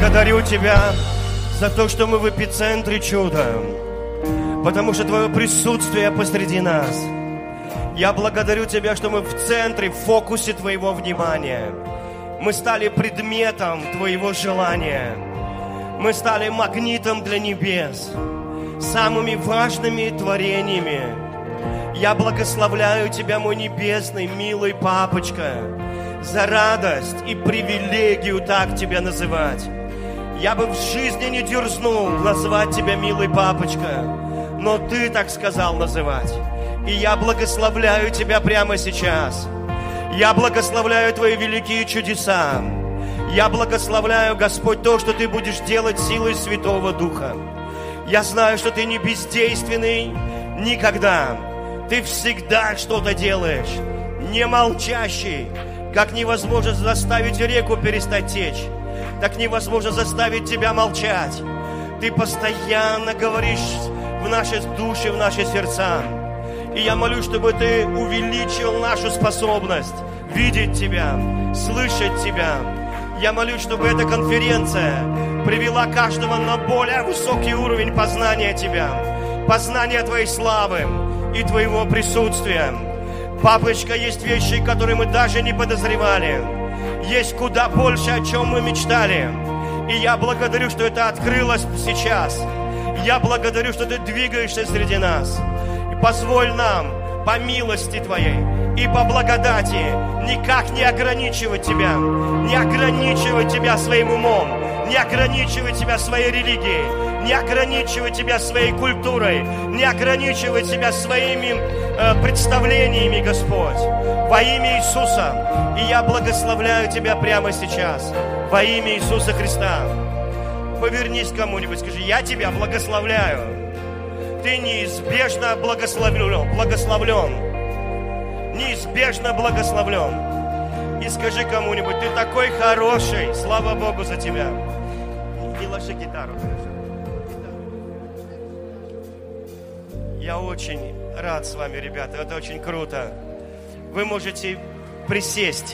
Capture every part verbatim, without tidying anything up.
благодарю Тебя за то, что мы в эпицентре чуда, потому что Твое присутствие посреди нас. Я благодарю Тебя, что мы в центре, в фокусе Твоего внимания. Мы стали предметом Твоего желания. Мы стали магнитом для небес, самыми важными творениями. Я благословляю Тебя, мой небесный, милый папочка, за радость и привилегию так Тебя называть. Я бы в жизни не дерзнул назвать Тебя, милый папочка, но Ты так сказал называть. И я благословляю Тебя прямо сейчас. Я благословляю Твои великие чудеса. Я благословляю, Господь, то, что Ты будешь делать силой Святого Духа. Я знаю, что Ты не бездейственный никогда. Ты всегда что-то делаешь, не молчащий. Как невозможно заставить реку перестать течь, так невозможно заставить Тебя молчать. Ты постоянно говоришь в наши души, в наши сердца. И я молюсь, чтобы Ты увеличил нашу способность видеть Тебя, слышать Тебя. Я молюсь, чтобы эта конференция привела каждого на более высокий уровень познания Тебя, познания Твоей славы и Твоего присутствия. Папочка, есть вещи, которые мы даже не подозревали. Есть куда больше, о чем мы мечтали. И я благодарю, что это открылось сейчас. Я благодарю, что Ты двигаешься среди нас. И позволь нам, по милости Твоей и по благодати, никак не ограничивать Тебя, не ограничивать Тебя своим умом, не ограничивать Тебя своей религией, не ограничивать Тебя своей культурой, не ограничивать Тебя своими э, представлениями, Господь, во имя Иисуса. И я благословляю Тебя прямо сейчас, во имя Иисуса Христа. Повернись к кому-нибудь, скажи: я Тебя благословляю. Ты неизбежно благословлен, благословлен. Неизбежно благословлен. И скажи кому-нибудь: ты такой хороший, слава Богу за тебя. Не ложи гитару. Я очень рад с вами, ребята, это очень круто. Вы можете присесть.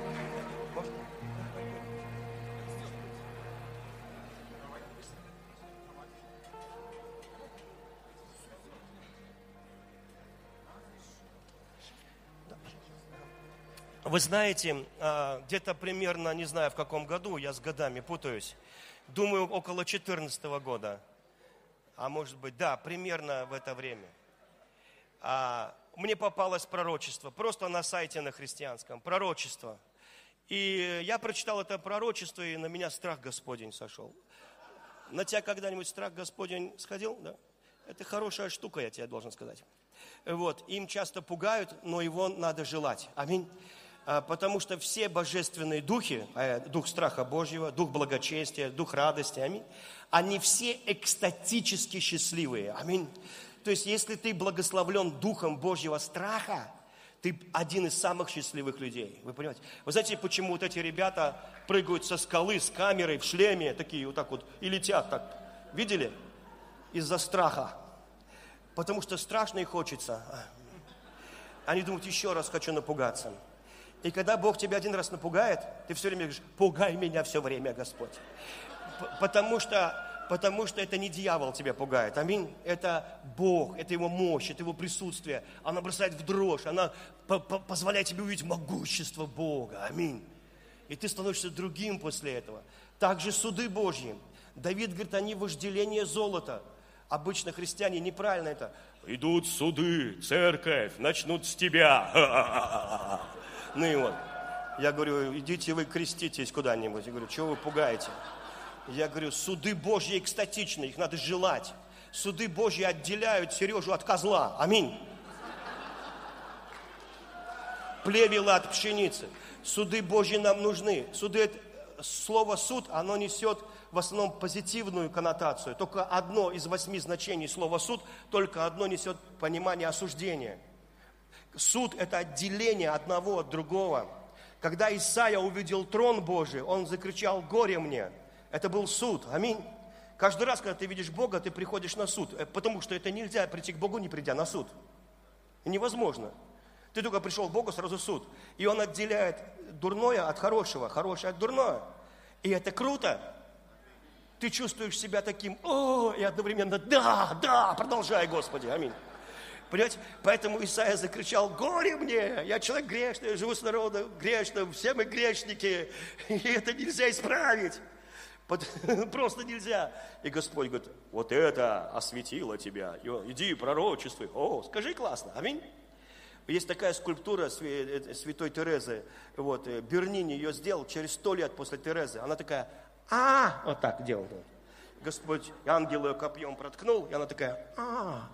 Вы знаете, где-то примерно, не знаю в каком году, я с годами путаюсь, думаю, около четырнадцатого года, а может быть, да, примерно в это время, мне попалось пророчество, просто на сайте на христианском, пророчество. И я прочитал это пророчество, и на меня страх Господень сошел. На тебя когда-нибудь страх Господень сходил? Да? Это хорошая штука, я тебе должен сказать. Вот, им часто пугают, но его надо желать. Аминь. Потому что все божественные духи, дух страха Божьего, дух благочестия, дух радости, аминь, они все экстатически счастливые, аминь. То есть, если ты благословлен духом Божьего страха, ты один из самых счастливых людей, вы понимаете? Вы знаете, почему вот эти ребята прыгают со скалы, с камерой, в шлеме, такие вот так вот, и летят так, видели? Из-за страха. Потому что страшно и хочется. Они думают: еще раз хочу напугаться. И когда Бог тебя один раз напугает, ты все время говоришь: пугай меня все время, Господь. Потому что, потому что это не дьявол тебя пугает, аминь. Это Бог, это Его мощь, это Его присутствие. Она бросает в дрожь, она позволяет тебе увидеть могущество Бога, аминь. И ты становишься другим после этого. Также суды Божьи. Давид говорит: они вожделение золота. Обычно христиане неправильно это. Идут суды, церковь, начнут с тебя. Ну и вот, я говорю: идите вы креститесь куда-нибудь. Я говорю: чего вы пугаете? Я говорю: суды Божьи экстатичны, их надо желать. Суды Божьи отделяют Сережу от козла. Аминь. Плевела от пшеницы. Суды Божьи нам нужны. Суды, слово суд, оно несет в основном позитивную коннотацию. Только одно из восьми значений слова суд, только одно несет понимание осуждения. Суд – это отделение одного от другого. Когда Исаия увидел трон Божий, он закричал: горе мне. Это был суд. Аминь. Каждый раз, когда ты видишь Бога, ты приходишь на суд. Потому что это нельзя прийти к Богу, не придя на суд. Невозможно. Ты только пришел к Богу, сразу суд. И Он отделяет дурное от хорошего, хорошее от дурного. И это круто. ты чувствуешь себя таким, о, и одновременно, да, да, продолжай, Господи, аминь. Понимаете? Поэтому Исаия закричал: горе мне, я человек грешный, я живу с народом грешным, все мы грешники, и это нельзя исправить. Просто нельзя. И Господь говорит: вот это осветило тебя, иди пророчествуй. О, скажи классно, аминь. Есть такая скульптура святой Терезы, вот, Бернини ее сделал через сто лет после Терезы. Она такая, а, вот так делала. Господь ангел ее копьем проткнул, и она такая, а,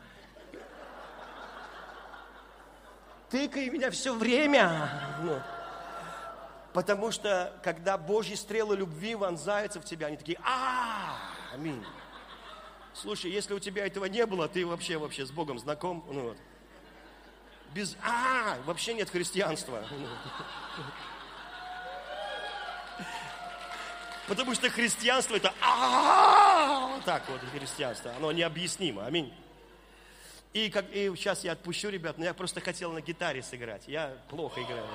тыкай меня все время. Ну, потому что, когда Божьи стрелы любви вонзаются в тебя, они такие, а, аминь. Слушай, если у тебя этого не было, ты вообще, вообще с Богом знаком, ну вот. Без а, вообще нет христианства. Потому что христианство это а, так вот христианство, оно необъяснимо. Аминь. И, как, и сейчас я отпущу, ребят, но я просто хотел на гитаре сыграть. Я плохо играю.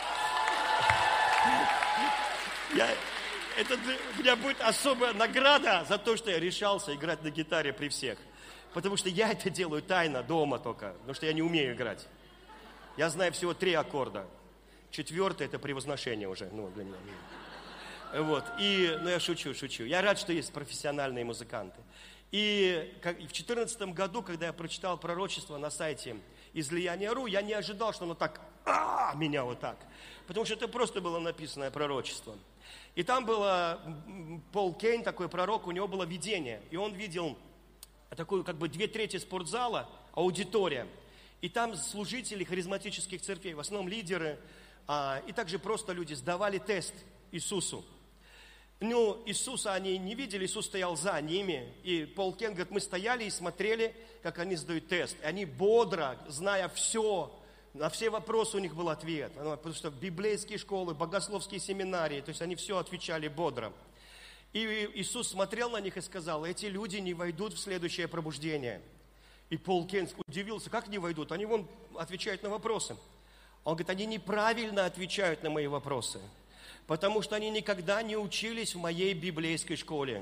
Я, это, у меня будет особая награда за то, что я решался играть на гитаре при всех. Потому что я это делаю тайно дома только, потому что я не умею играть. Я знаю всего три аккорда. Четвертый это превозношение уже. Ну, для меня. Вот. И, ну, я шучу, шучу. Я рад, что есть профессиональные музыканты. И как, в две тысячи четырнадцатом году, когда я прочитал пророчество на сайте излияния точка ру, я не ожидал, что оно так, а, меня вот так. Потому что это просто было написанное пророчество. И там было, Пол Кейн, такой пророк, у него было видение. И он видел такую, как бы, две трети спортзала, аудитория. И там служители харизматических церквей, в основном лидеры, а, и также просто люди сдавали тест Иисусу. Ну, Иисуса они не видели, Иисус стоял за ними. И Пол Кейн говорит, мы стояли и смотрели, как они сдают тест. И они бодро, зная все, на все вопросы у них был ответ. Потому что библейские школы, богословские семинарии, то есть они все отвечали бодро. И Иисус смотрел на них и сказал, эти люди не войдут в следующее пробуждение. И Пол Кейн удивился, как не войдут? Они вон отвечают на вопросы. Он говорит, они неправильно отвечают на мои вопросы, потому что они никогда не учились в моей библейской школе.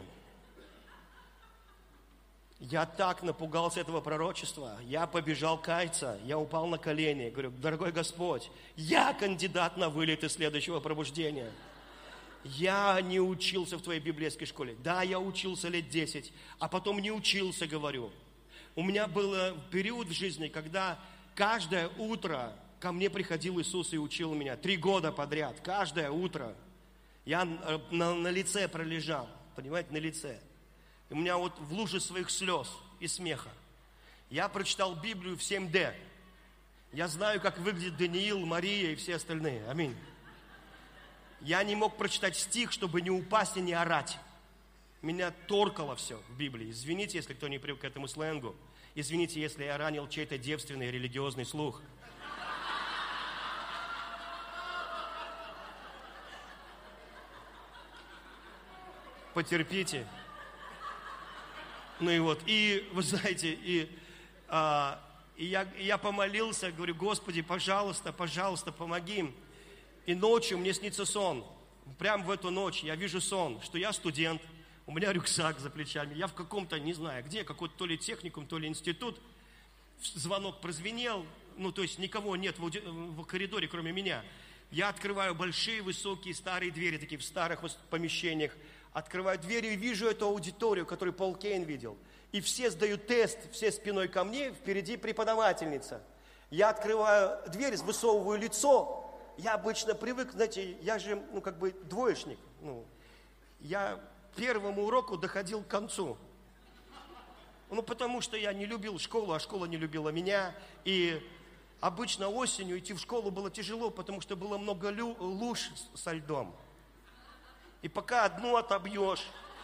Я так напугался этого пророчества, я побежал каяться, я упал на колени, говорю, дорогой Господь, я кандидат на вылет из следующего пробуждения. Я не учился в твоей библейской школе. Да, я учился лет десять, а потом не учился, говорю. У меня был период в жизни, когда каждое утро ко мне приходил Иисус и учил меня. Три года подряд, каждое утро. Я на, на лице пролежал, понимаете, на лице. И у меня вот в луже своих слез и смеха. Я прочитал Библию в семь дэ. Я знаю, как выглядит Даниил, Мария и все остальные. Аминь. Я не мог прочитать стих, чтобы не упасть и не орать. Меня торкало все в Библии. Извините, если кто не привык к этому сленгу. Извините, если я ранил чей-то девственный религиозный слух. Потерпите. Ну и вот, и вы знаете, и, а, и я, и я помолился, говорю, Господи, пожалуйста, пожалуйста, помоги им. И ночью мне снится сон. Прямо в эту ночь я вижу сон, что я студент, у меня рюкзак за плечами, я в каком-то, не знаю где, какой-то то ли техникум, то ли институт. Звонок прозвенел, ну то есть никого нет в, в коридоре, кроме меня. Я открываю большие, высокие, старые двери, такие в старых помещениях. Открываю двери и вижу эту аудиторию, которую Пол Кейн видел. И все сдают тест, все спиной ко мне, впереди преподавательница. Я открываю дверь, высовываю лицо. Я обычно привык, знаете, я же, ну, как бы двоечник. Ну, я первому уроку доходил к концу. Ну, потому что я не любил школу, а школа не любила меня. И обычно осенью идти в школу было тяжело, потому что было много лю- луж со льдом. И пока одну отобьешь,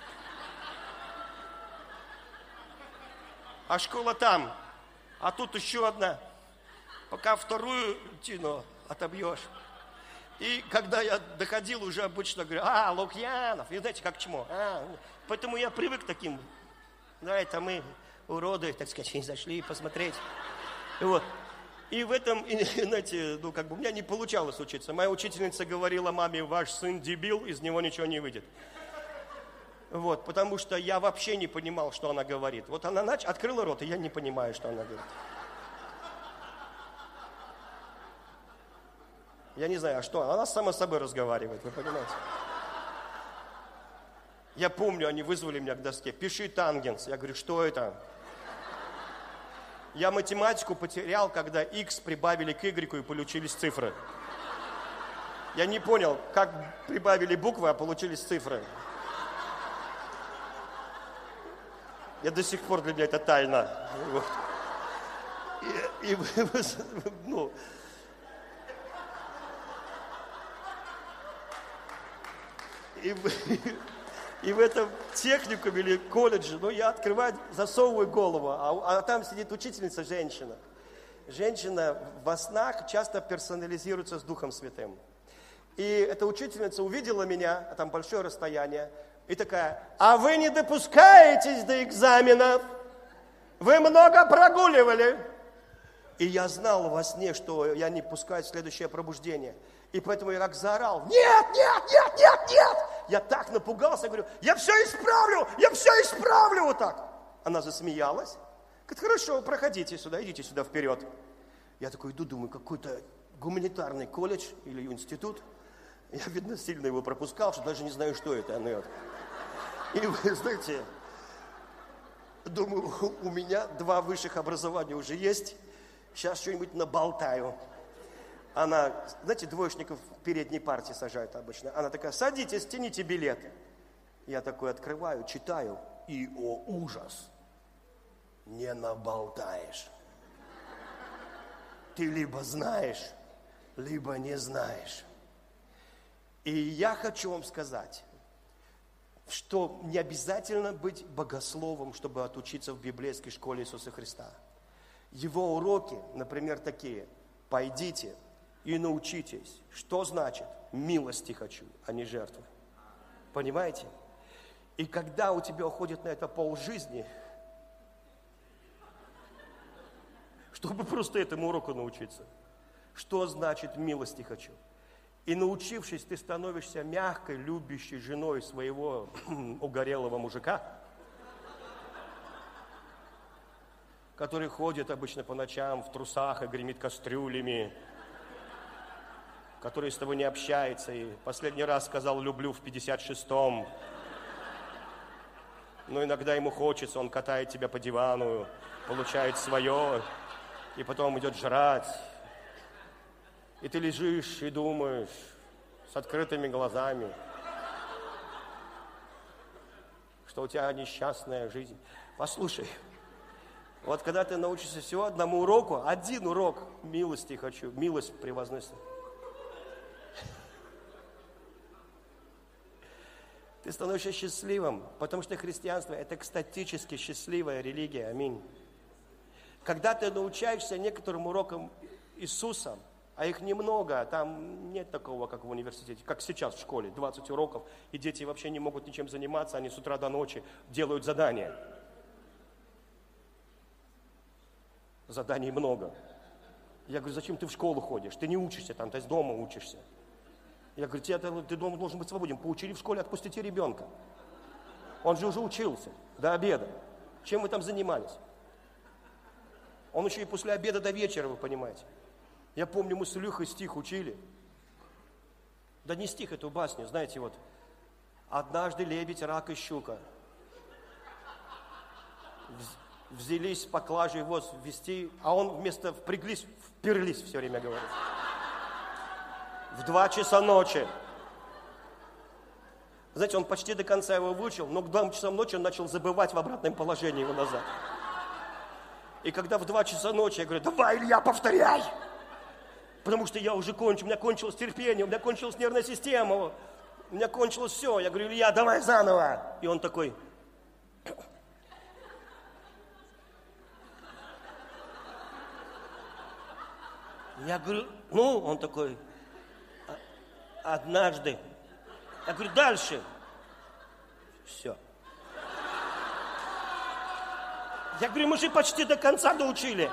а школа там, а тут еще одна, пока вторую тяну отобьешь. И когда я доходил, уже обычно говорю, а, Лукьянов, и знаете, как чмо. А, поэтому я привык к таким, да, это мы, уроды, так сказать, зашли посмотреть. И вот. И в этом, и, знаете, ну, как бы у меня не получалось учиться. Моя учительница говорила маме, ваш сын дебил, из него ничего не выйдет. Вот, потому что я вообще не понимал, что она говорит. Вот она нач... открыла рот, и я не понимаю, что она говорит. Я не знаю, а что? Она сама с собой разговаривает, вы понимаете? Я помню, они вызвали меня к доске. Пиши тангенс. Я говорю, что это? Я математику потерял, когда x прибавили к y и получились цифры. Я не понял, как прибавили буквы, а получились цифры. Я до сих пор, для меня это тайна. И, и, ну, и, и в этом техникуме или колледже, ну, я открываю, засовываю голову, а, а там сидит учительница, женщина. Женщина во снах часто персонализируется с Духом Святым. И эта учительница увидела меня, а там большое расстояние, и такая, а вы не допускаетесь до экзаменов? Вы много прогуливали? И я знал во сне, что я не пускаю в следующее пробуждение. И поэтому я как заорал, нет, нет, нет, нет, нет. Я так напугался, говорю, я все исправлю, я все исправлю, вот так. Она засмеялась. Говорит, хорошо, проходите сюда, идите сюда вперед. Я такой иду, думаю, какой-то гуманитарный колледж или институт. Я, видно, сильно его пропускал, что даже не знаю, что это. И вы знаете, думаю, у меня два высших образования уже есть. Сейчас что-нибудь наболтаю. Она, знаете, двоечников в передней партии сажают обычно. Она такая, садитесь, тяните билет. Я такой открываю, читаю. И, о, ужас, не наболтаешь. Ты либо знаешь, либо не знаешь. И я хочу вам сказать, что не обязательно быть богословом, чтобы отучиться в библейской школе Иисуса Христа. Его уроки, например, такие. Пойдите и научитесь, что значит милости хочу, а не жертвы. Понимаете? И когда у тебя уходит на это полжизни, чтобы просто этому уроку научиться, что значит милости хочу. И научившись, ты становишься мягкой, любящей женой своего угорелого мужика, который ходит обычно по ночам в трусах и гремит кастрюлями, который с тобой не общается и последний раз сказал «люблю» в пятьдесят шестом. Но иногда ему хочется, он катает тебя по дивану, получает свое, и потом идет жрать. И ты лежишь и думаешь с открытыми глазами, что у тебя несчастная жизнь. Послушай, вот когда ты научишься всего одному уроку, один урок милости хочу, милость превозносить. Ты становишься счастливым, потому что христианство – это экстатически счастливая религия. Аминь. Когда ты научаешься некоторым урокам Иисуса, а их немного, там нет такого, как в университете, как сейчас в школе, двадцать уроков, и дети вообще не могут ничем заниматься, они с утра до ночи делают задания. Заданий много. Я говорю, зачем ты в школу ходишь? Ты не учишься там, ты из дома учишься. Я говорю, тебе, ты дома должен быть свободен. Поучили в школе, отпустите ребенка. Он же уже учился до обеда. Чем вы там занимались? Он еще и после обеда до вечера, вы понимаете. Я помню, мы с Илюхой стих учили. Да не стих, эту басню, знаете, вот. Однажды лебедь, рак и щука взялись по клаже его вести, а он вместо впряглись, вперлись все время говорит. В два часа ночи. Знаете, он почти до конца его выучил, но к двум часам ночи он начал забывать в обратном положении его назад. И когда в два часа ночи я говорю, давай, Илья, повторяй! Потому что я уже кончил, у меня кончилось терпение, у меня кончилась нервная система, у меня кончилось все. Я говорю, Илья, давай заново. И он такой... Я говорю, ну, он такой... Однажды. Я говорю, дальше. Все. Я говорю, мы же почти до конца доучили.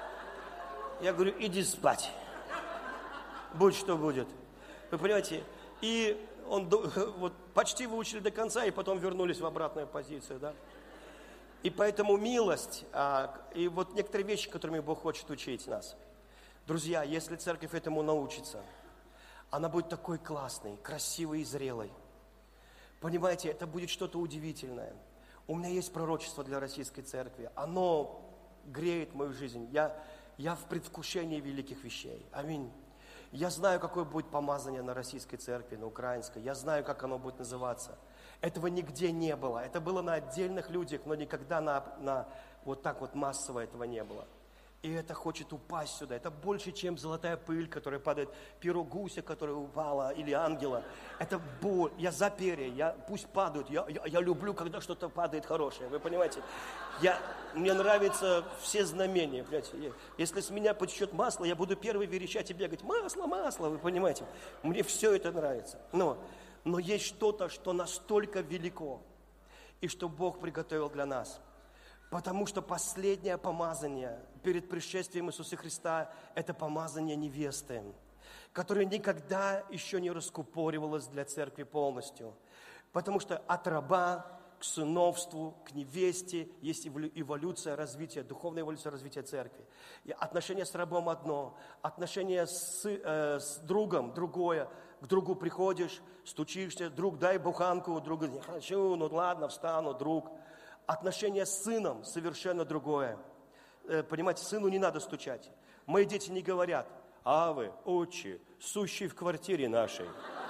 Я говорю, иди спать. Будь что будет. Вы понимаете, И он вот, почти выучили до конца, и потом вернулись в обратную позицию, да. И поэтому милость, а, и вот некоторые вещи, которыми Бог хочет учить нас. Друзья, если церковь этому научится, она будет такой классной, красивой и зрелой. Понимаете, это будет что-то удивительное. У меня есть пророчество для российской церкви. Оно греет мою жизнь. Я, я в предвкушении великих вещей. Аминь. Я знаю, какое будет помазание на российской церкви, на украинской. Я знаю, как оно будет называться. Этого нигде не было. Это было на отдельных людях, но никогда на, на вот так вот массово этого не было. И это хочет упасть сюда. Это больше, чем золотая пыль, которая падает, перо гуся, которая упала, или ангела. Это боль. Я за перья, я, пусть падают. Я, я, я люблю, когда что-то падает хорошее. Вы понимаете? Я, мне нравятся все знамения. Понимаете? Если с меня потечет масло, я буду первый верещать и бегать. Масло, масло, вы понимаете? Мне все это нравится. Но, но есть что-то, что настолько велико, и что Бог приготовил для нас. Потому что последнее помазание перед пришествием Иисуса Христа – это помазание невесты, которое никогда еще не раскупоривалось для церкви полностью. Потому что от раба к сыновству, к невесте есть эволюция развития, духовная эволюция развития церкви. И отношения с рабом одно, отношения с, э, с другом другое. К другу приходишь, стучишься, друг, дай буханку, друг говорит, не хочу, ну ладно, встану, друг. Отношение с сыном совершенно другое. Понимаете, сыну не надо стучать. Мои дети не говорят: «Аве, отче, сущий в квартире нашей,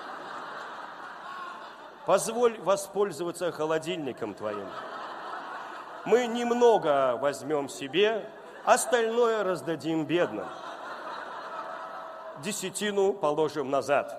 позволь воспользоваться холодильником твоим. Мы немного возьмем себе, остальное раздадим бедным. Десятину положим назад».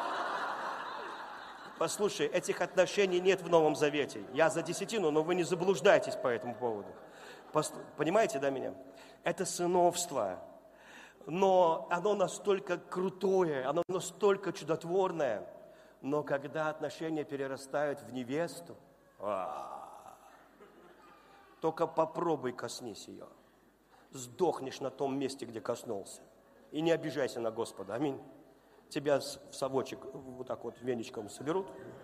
Послушай, этих отношений нет в Новом Завете. Я за десятину, но вы не заблуждайтесь по этому поводу. Понимаете, да, меня? Это сыновство. Но оно настолько крутое, оно настолько чудотворное. Но когда отношения перерастают в невесту, а-а-а, только попробуй коснись ее. Сдохнешь на том месте, где коснулся. И не обижайся на Господа. Аминь. Тебя в совочек вот так вот веничком соберут.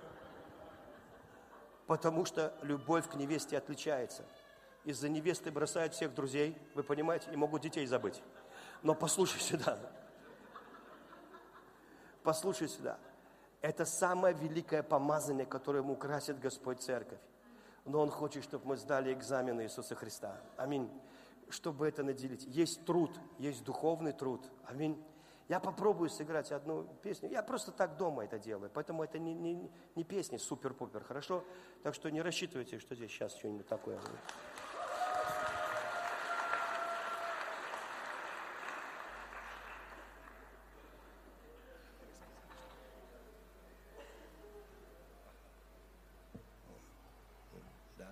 Потому что любовь к невесте отличается. Из-за невесты бросают всех друзей, вы понимаете, и могут детей забыть. Но послушай сюда. Послушай сюда. Это самое великое помазание, которым украсит Господь церковь. Но Он хочет, чтобы мы сдали экзамены Иисуса Христа. Аминь. Чтобы это наделить. Есть труд, есть духовный труд. Аминь. Я попробую сыграть одну песню. Я просто так дома это делаю. Поэтому это не, не, не песни супер-пупер, хорошо? Так что не рассчитывайте, что здесь сейчас что-нибудь такое будет. Да.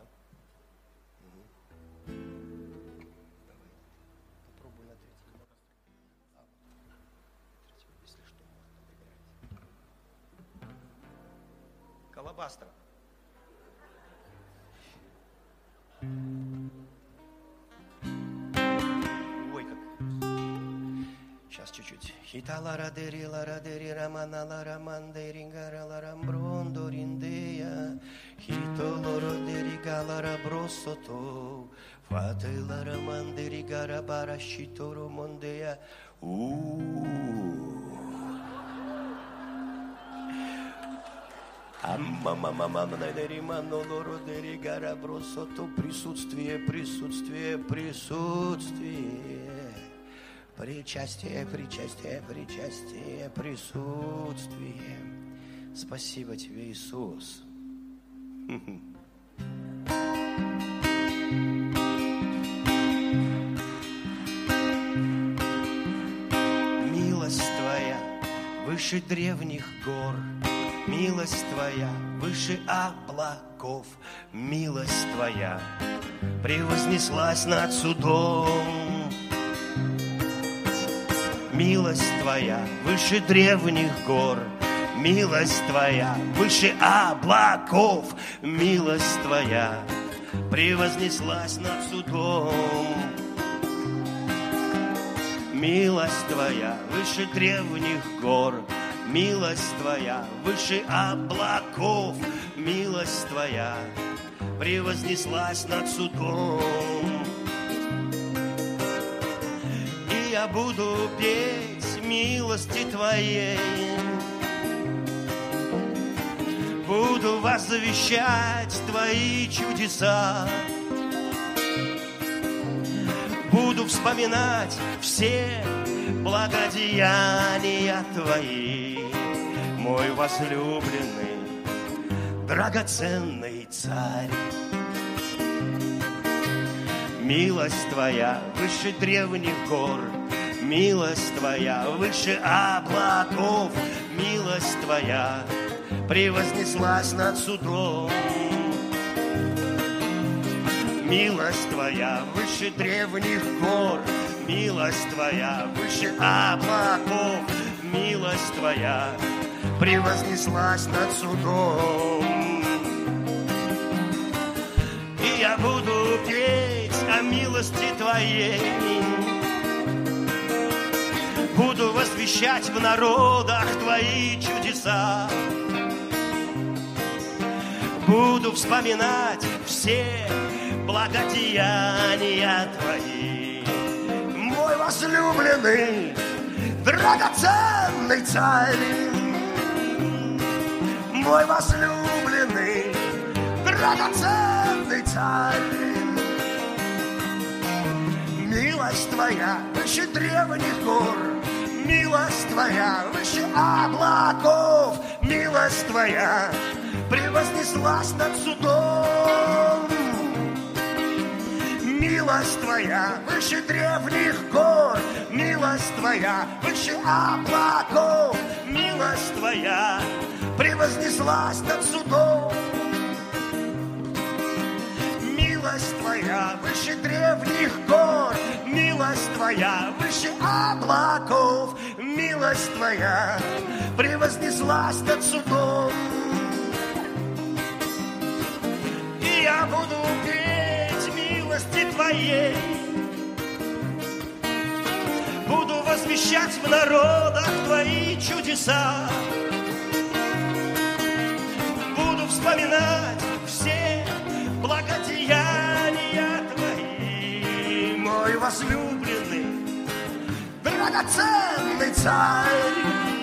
Угу. Давай. Попробуй на третий. Если что, можно поиграть. Колобастер. Ой, как. Сейчас чуть-чуть. Хитала радери ладери рамана лараманде рингара ларамброндо риндея. Хитоло родери галара бросото. Фате лараманде ригара барашиторо мондея. У-у-у. Присутствие, присутствие, присутствие. Причастие, причастие, причастие, присутствие. Спасибо тебе, Иисус. Милость Твоя выше древних гор. Милость Твоя выше облаков, милость Твоя превознеслась над судом. Милость Твоя выше древних гор, милость Твоя выше облаков, милость Твоя превознеслась над судом. Милость Твоя выше древних гор, Милость Твоя выше облаков, милость Твоя превознеслась над судом. И я буду петь милости Твоей, буду возвещать Твои чудеса, буду вспоминать все благодеяния Твои, мой возлюбленный, драгоценный Царь. Милость Твоя выше древних гор, милость Твоя выше облаков, милость Твоя превознеслась над судом. Милость Твоя выше древних гор, милость Твоя выше облаков, милость Твоя превознеслась над судом. И я буду петь о милости Твоей, буду возвещать в народах Твои чудеса, буду вспоминать все благодеяния Твои, мой возлюбленный, драгоценный Царь, мой возлюбленный, драгоценный Царь. Милость Твоя выше древних гор, милость Твоя выше облаков, милость Твоя превознеслась над судом. Милость Твоя выше древних гор, милость Твоя выше облаков, милость Твоя превознеслась над судом. Милость Твоя выше древних гор, милость Твоя выше облаков, милость Твоя превознеслась над судом. И я буду петь милости Твоей, буду возвещать в народах Твои чудеса, буду вспоминать все благодеяния Твои, мой возлюбленный, драгоценный Царь.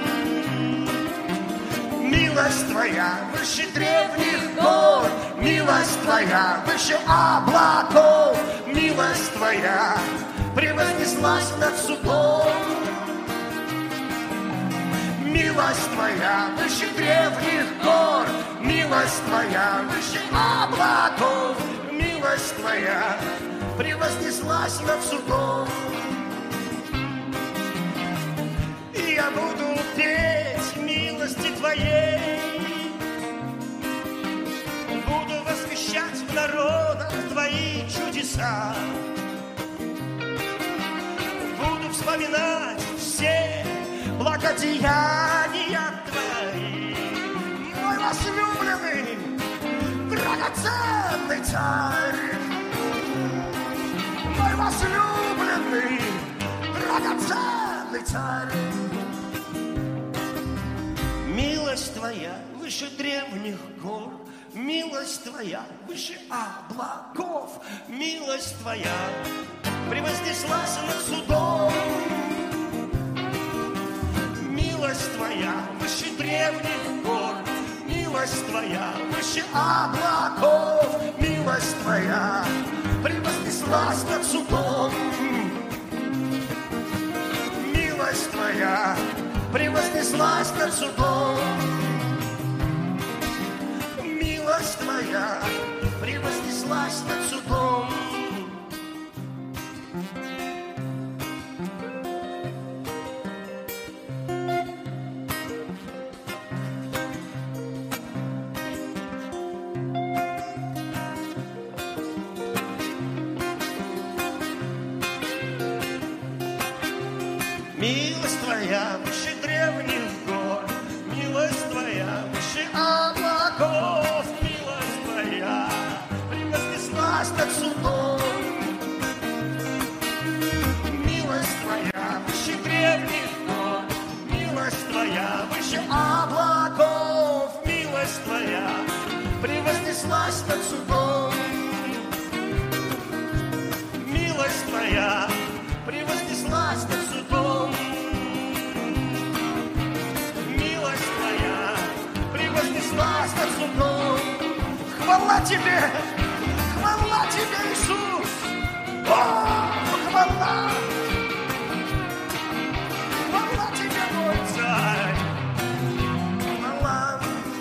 Милость Твоя выше древних гор, милость Твоя выше облаков, милость Твоя превознеслась над судом. Милость Твоя выше древних гор, милость Твоя выше облаков, милость Твоя превознеслась над судом. И я буду петь милости Твоей, буду возвещать в народах Твои чудеса, буду вспоминать все благодеяния Твои, мой возлюбленный, драгоценный Царь, мой возлюбленный, драгоценный Царь. Милость Твоя выше древних гор, милость Твоя выше облаков, милость Твоя превознеслась над судом. Милость Твоя выше древних гор, милость Твоя выше облаков, милость Твоя превознеслась над судом. Милость Твоя превознеслась над судом. Милость Твоя превознеслась над судом. Милость Твоя выше древних гор, милость Твоя выше облаков, милость Твоя превознеслась над судом. Милость Твоя выше древних гор, милость Твоя выше превознеслась над судом. Милость Твоя превознеслась над судом. Милость Твоя превознеслась над судом. Хвала Тебе, хвала Тебе, Иисус! О, хвала! Хвала Тебе, мой Царь! Хвала!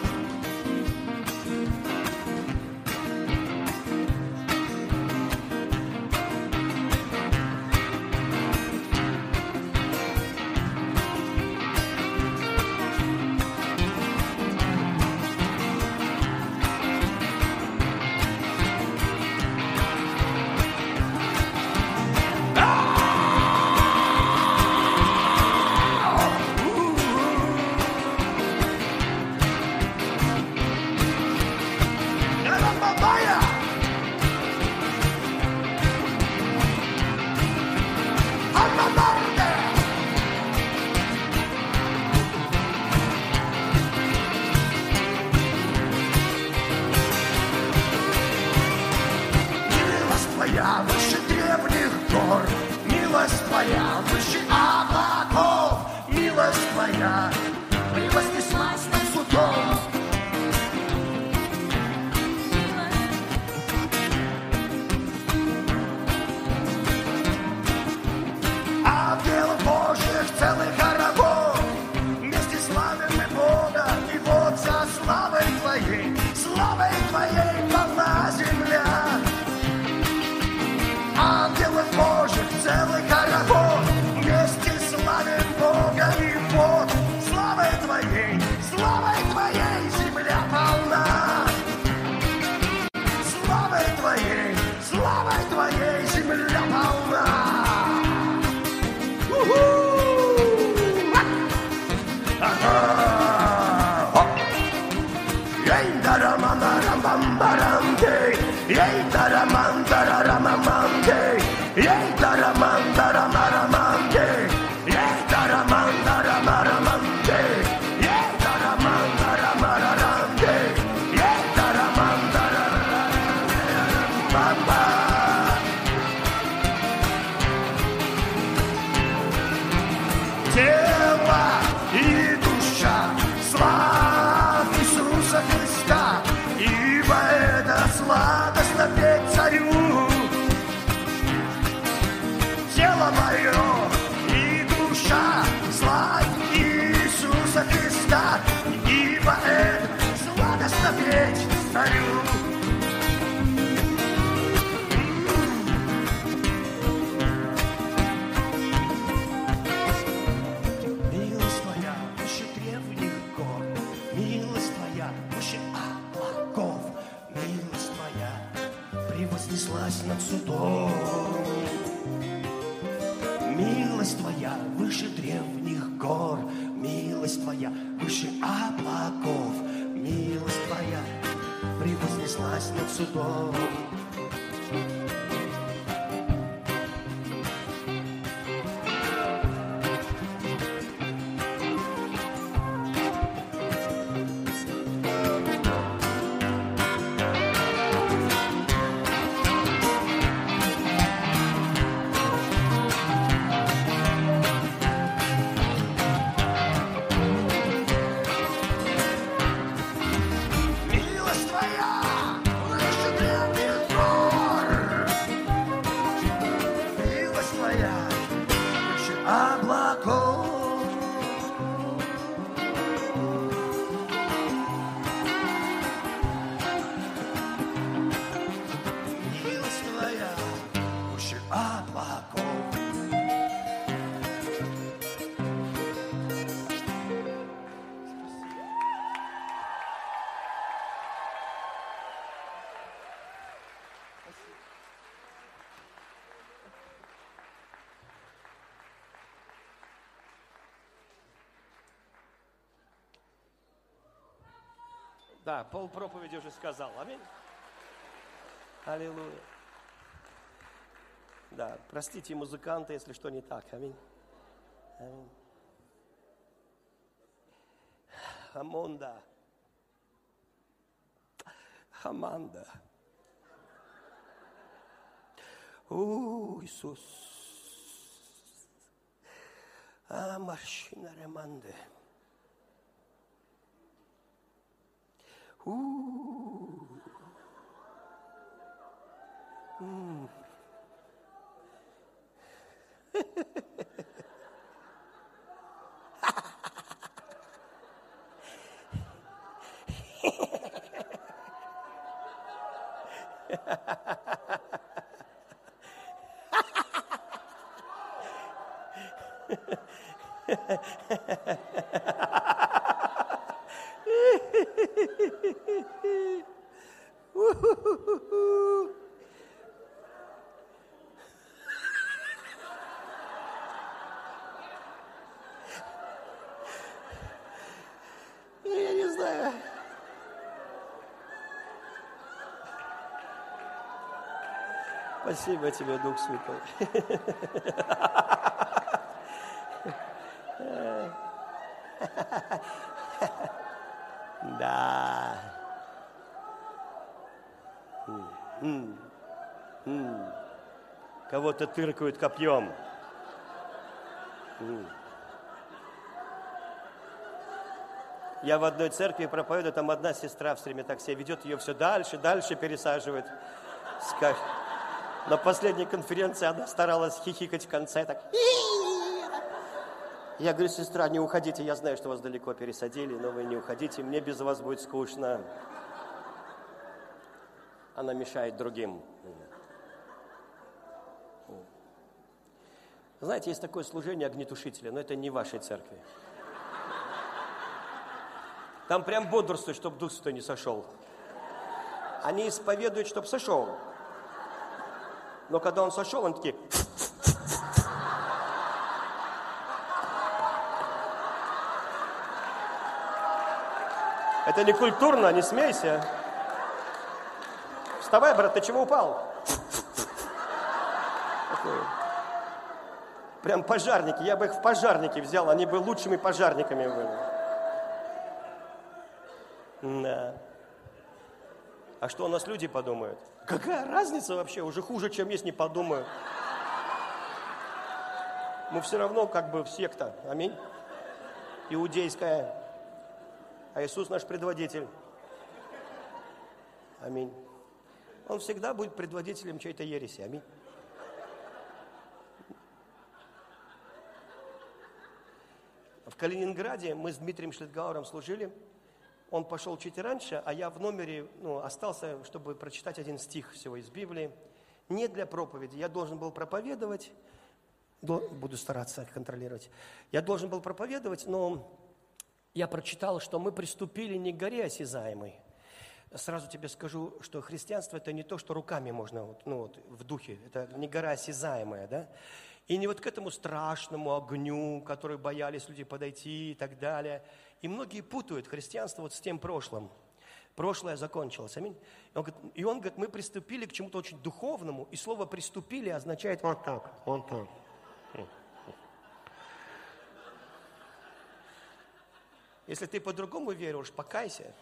Да, пол проповеди уже сказал. Аминь. Аллилуйя. Да, простите музыканты, если что не так. Аминь. Аминь. Амонда. Хаманда. У, Иисус. А, морщина реманды. У. М. Я не знаю. Спасибо тебе, Дух Святой. Да. М-м. М-м. Кого-то тыркают копьем. М. Я в одной церкви проповедую, там одна сестра все время так себя ведет, ее все дальше, дальше пересаживает. Скажет. На последней конференции она старалась хихикать в конце, так. Я говорю, сестра, не уходите, я знаю, что вас далеко пересадили, но вы не уходите, мне без вас будет скучно. Она мешает другим. Знаете, есть такое служение огнетушителя, но это не в вашей церкви. Там прям бодрствует, чтобы Дух Святой не сошел. Они исповедуют, чтобы сошел. Но когда он сошел, они такие... Это не культурно, не смейся. Вставай, брат, ты чего упал? Такое. Прям пожарники. Я бы их в пожарники взял, они бы лучшими пожарниками были. Да. А что у нас люди подумают? Какая разница вообще? Уже хуже, чем есть, не подумаю. Мы все равно как бы секта. Аминь. Иудейская. А Иисус наш предводитель. Аминь. Он всегда будет предводителем чьей-то ереси. Аминь. В Калининграде мы с Дмитрием Шлитгауром служили. Он пошел чуть раньше, а я в номере ну, остался, чтобы прочитать один стих всего из Библии. Не для проповеди. Я должен был проповедовать. Буду стараться контролировать. Я должен был проповедовать, но я прочитал, что мы приступили не к горе осязаемой. Сразу тебе скажу, что христианство – это не то, что руками можно, вот, ну вот, в духе. Это не гора осязаемая, да? И не вот к этому страшному огню, который боялись люди подойти и так далее. И многие путают христианство вот с тем прошлым. Прошлое закончилось. Аминь. И он говорит, и он говорит, мы приступили к чему-то очень духовному, и слово «приступили» означает вот так, вот так. Если ты по-другому веришь, покайся.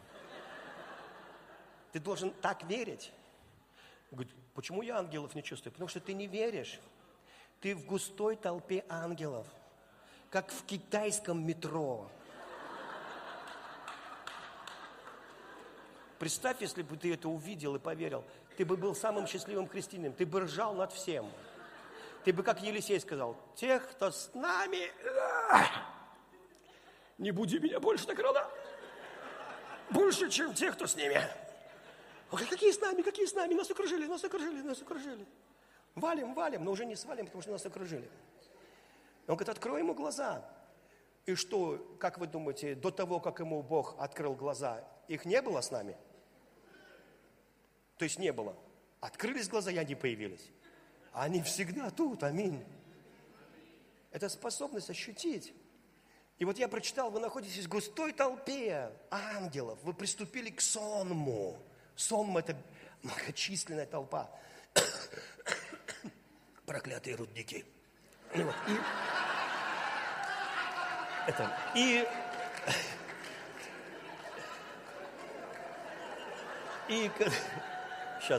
Ты должен так верить. Говорит, почему я ангелов не чувствую? Потому что ты не веришь. Ты в густой толпе ангелов, как в китайском метро. Представь, если бы ты это увидел и поверил, ты бы был самым счастливым христианином, ты бы ржал над всем. Ты бы, как Елисей сказал, тех, кто с нами, не буди меня больше так рано, больше, чем тех, кто с ними. Он говорит, какие с нами, какие с нами, нас окружили, нас окружили, нас окружили. Валим, валим, но уже не свалим, потому что нас окружили. Он говорит, открой ему глаза. И что, как вы думаете, до того, как ему Бог открыл глаза, их не было с нами? То есть не было. Открылись глаза, и они появились. А они всегда тут, аминь. Это способность ощутить. И вот я прочитал, вы находитесь в густой толпе ангелов, вы приступили к сонму. Сонм – это многочисленная толпа. Проклятые рудники. И, вот, и, это, и И сейчас.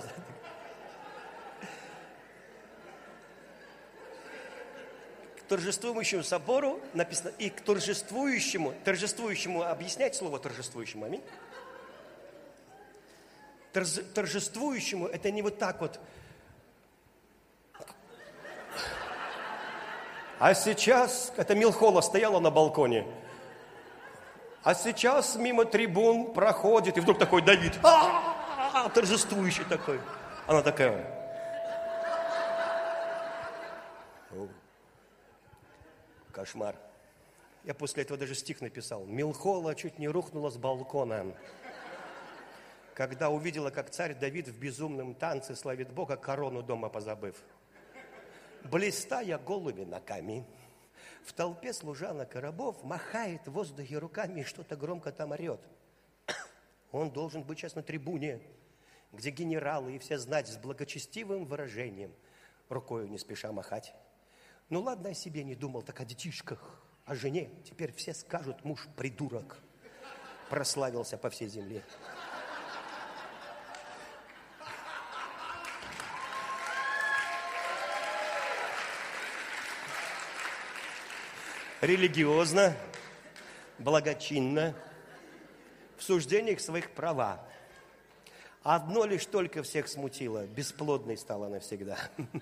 К торжествующему собору написано, и к торжествующему, торжествующему, объяснять слово торжествующему, аминь. Торж, торжествующему, это не вот так вот. А сейчас, это Милхола стояла на балконе, а сейчас мимо трибун проходит, и вдруг такой Давид, а-а-а, торжествующий такой. Она такая. Кошмар. Я после этого даже стих написал. Милхола чуть не рухнула с балкона, когда увидела, как царь Давид в безумном танце славит Бога, корону дома позабыв. Блистая голыми ногами, в толпе служанок и рабов махает в воздухе руками и что-то громко там орет. Он должен быть сейчас на трибуне, где генералы и все знать с благочестивым выражением, рукою не спеша махать. Ну ладно, о себе не думал, так о детишках, о жене. Теперь все скажут, муж придурок. Прославился по всей земле. Религиозно, благочинно, в суждениях своих права. Одно лишь только всех смутило, бесплодной стала навсегда.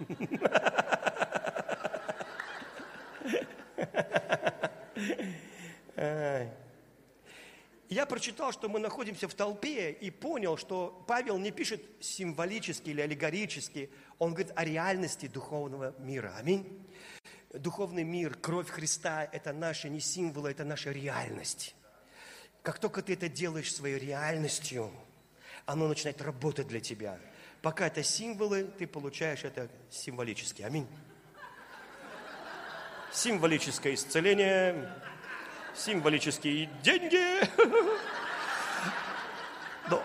Я прочитал, что мы находимся в толпе и понял, что Павел не пишет символически или аллегорически, он говорит о реальности духовного мира. Аминь. Духовный мир, кровь Христа – это наши не символы, это наша реальность. Как только ты это делаешь своей реальностью, оно начинает работать для тебя. Пока это символы, ты получаешь это символически. Аминь. Символическое исцеление, символические деньги. Но,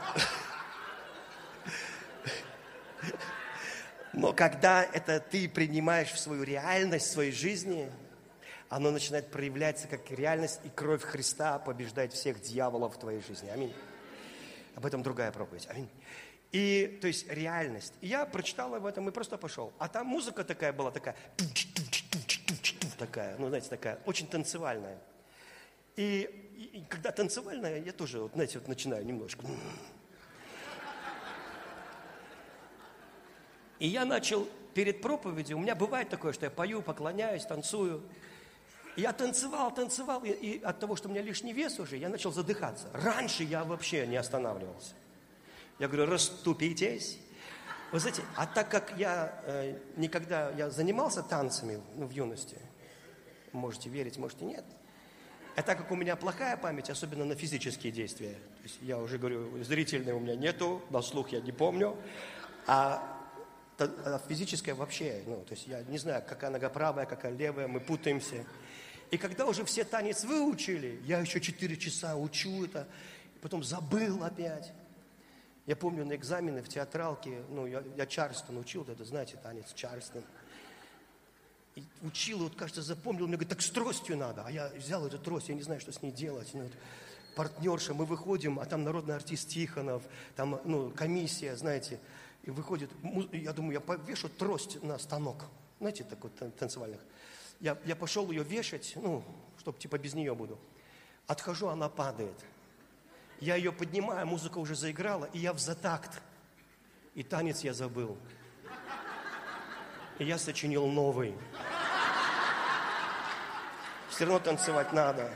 но когда это ты принимаешь в свою реальность, в своей жизни, оно начинает проявляться как реальность, и кровь Христа побеждает всех дьяволов в твоей жизни. Аминь. Об этом другая проповедь. Аминь. И, то есть, реальность. И я прочитал об этом и просто пошел. А там музыка такая была, такая, такая, ну, знаете, такая, очень танцевальная. И, и, и когда танцевальная, я тоже, вот, знаете, вот начинаю немножко. И я начал перед проповедью, у меня бывает такое, что я пою, поклоняюсь, танцую. И я танцевал, танцевал, и, и от того, что у меня лишний вес уже, я начал задыхаться. Раньше я вообще не останавливался. Я говорю, расступитесь. Вы знаете, а так как я э, никогда, я занимался танцами, ну, в юности, можете верить, можете нет. А так как у меня плохая память, особенно на физические действия, то есть я уже говорю, зрительной у меня нету, на слух я не помню, а, а физическая вообще, ну, то есть я не знаю, какая нога правая, какая левая, мы путаемся. И когда уже все танец выучили, я еще четыре часа учу это, потом забыл опять. Я помню на экзамены в театралке, ну, я, я Чарльстон учил, это, знаете, танец Чарльстон. И учил, вот, кажется, запомнил, мне говорит, так с тростью надо. А я взял эту трость, я не знаю, что с ней делать. Ну, вот, партнерша, мы выходим, а там народный артист Тихонов, там, ну, комиссия, знаете, и выходит, я думаю, я повешу трость на станок, знаете, такой танцевальных. Я, я пошел ее вешать, ну, чтобы типа без нее буду. Отхожу, она падает. Я ее поднимаю, музыка уже заиграла, и я в затакт. И танец я забыл. И я сочинил новый. Все равно танцевать надо.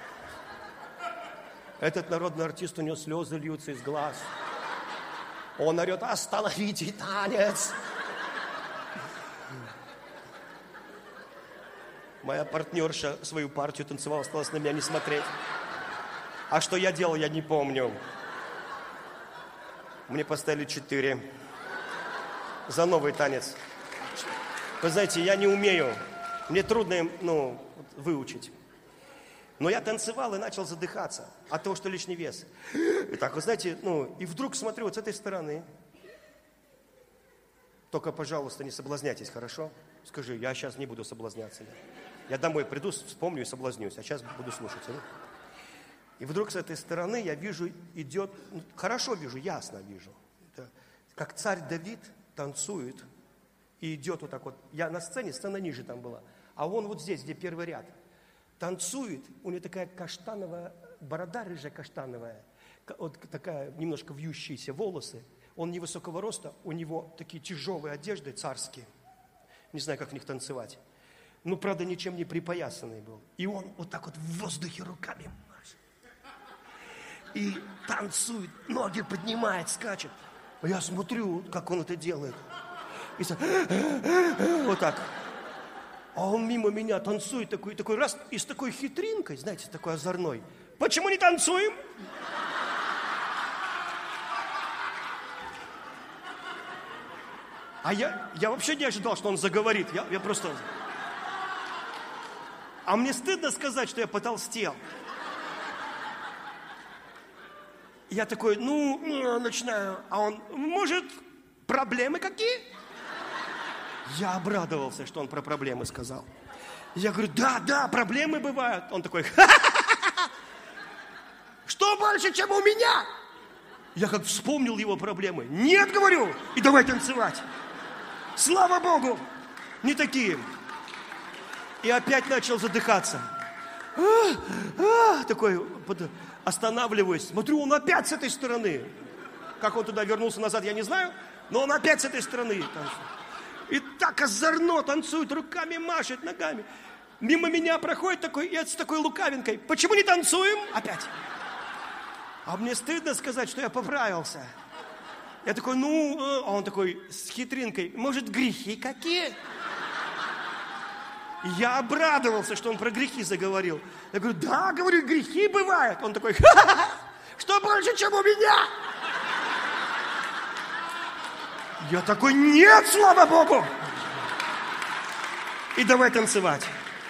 Этот народный артист, у него слезы льются из глаз. Он орет, остановите танец. Моя партнерша свою партию танцевала, осталось на меня не смотреть. А что я делал, я не помню. Мне поставили четыре за новый танец. Вы знаете, я не умею. Мне трудно им, ну, выучить. Но я танцевал и начал задыхаться от того, что лишний вес. И так, вы знаете, ну, и вдруг смотрю вот с этой стороны. Только, пожалуйста, не соблазняйтесь, хорошо? Скажи, я сейчас не буду соблазняться. Да? Я домой приду, вспомню и соблазнюсь, а сейчас буду слушать. Да? И вдруг с этой стороны я вижу, идет, хорошо вижу, ясно вижу, это, как царь Давид танцует и идет вот так вот. Я на сцене, сцена ниже там была, а он вот здесь, где первый ряд, танцует, у него такая каштановая, борода рыжая каштановая, вот такая немножко вьющиеся волосы. Он невысокого роста, у него такие тяжелые одежды царские. Не знаю, как в них танцевать. Ну, правда, ничем не припоясанный был. И он вот так вот в воздухе руками машет. И танцует, ноги поднимает, скачет. Я смотрю, как он это делает. И вот так. А он мимо меня танцует такой, такой раз, и с такой хитринкой, знаете, такой озорной. Почему не танцуем? А я, я вообще не ожидал, что он заговорит. Я, я просто... А мне стыдно сказать, что я потолстел. Я такой, ну, начинаю. А он, может, проблемы какие? Я обрадовался, что он про проблемы сказал. Я говорю, да, да, проблемы бывают. Он такой, ха-ха-ха-ха! Что больше, чем у меня? Я как вспомнил его проблемы. Нет, говорю, и давай танцевать. Слава Богу, не такие. И опять начал задыхаться. А, а, такой, под, останавливаюсь. Смотрю, он опять с этой стороны. Как он туда вернулся назад, я не знаю. Но он опять с этой стороны танцует. И так озорно танцует, руками машет, ногами. Мимо меня проходит такой, и с такой лукавинкой. Почему не танцуем? Опять. А мне стыдно сказать, что я поправился. Я такой, ну, а он такой с хитринкой. Может, грехи какие? Я обрадовался, что он про грехи заговорил. Я говорю, да, говорю, грехи бывают. Он такой, ха-ха-ха, что больше, чем у меня? Я такой, нет, слава Богу. И давай танцевать.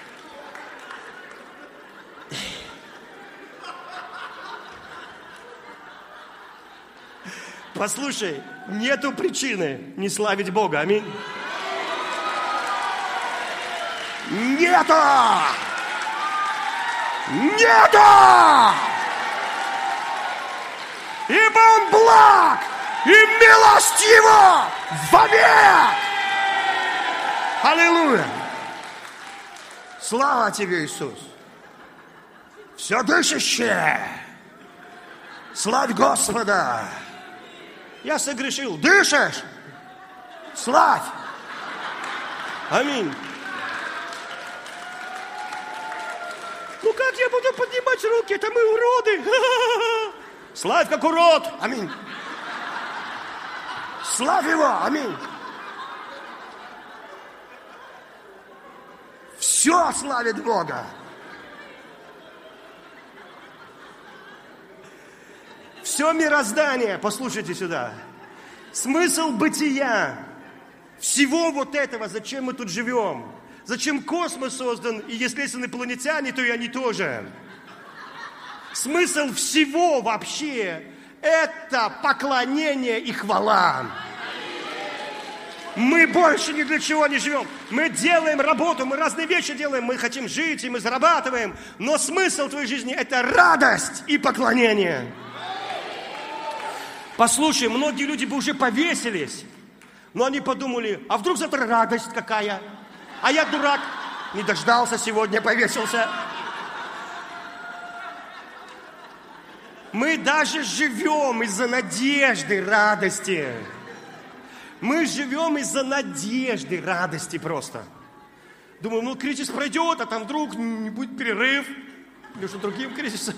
Послушай, нету причины не славить Бога. Аминь. Нету! Нету! Ибо Он благ и милостиво вовек! Аллилуйя! Слава Тебе, Иисус! Все дышащее! Славь Господа! Я согрешил. Дышишь? Славь! Аминь. Ну как я буду поднимать руки? Это мы уроды. Славь как урод. Аминь. Славь Его. Аминь. Все славит Бога. Все мироздание, послушайте сюда, смысл бытия, всего вот этого, зачем мы тут живем, зачем космос создан, и если есть инопланетяне, то и они тоже. Смысл всего вообще – это поклонение и хвала. Мы больше ни для чего не живем. Мы делаем работу, мы разные вещи делаем, мы хотим жить, и мы зарабатываем, но смысл твоей жизни – это радость и поклонение. Послушай, многие люди бы уже повесились, но они подумали, а вдруг завтра радость какая? А я дурак, не дождался сегодня, повесился. Мы даже живем из-за надежды, радости. Мы живем из-за надежды, радости просто. Думаю, ну кризис пройдет, а там вдруг не будет перерыв между другим кризисом.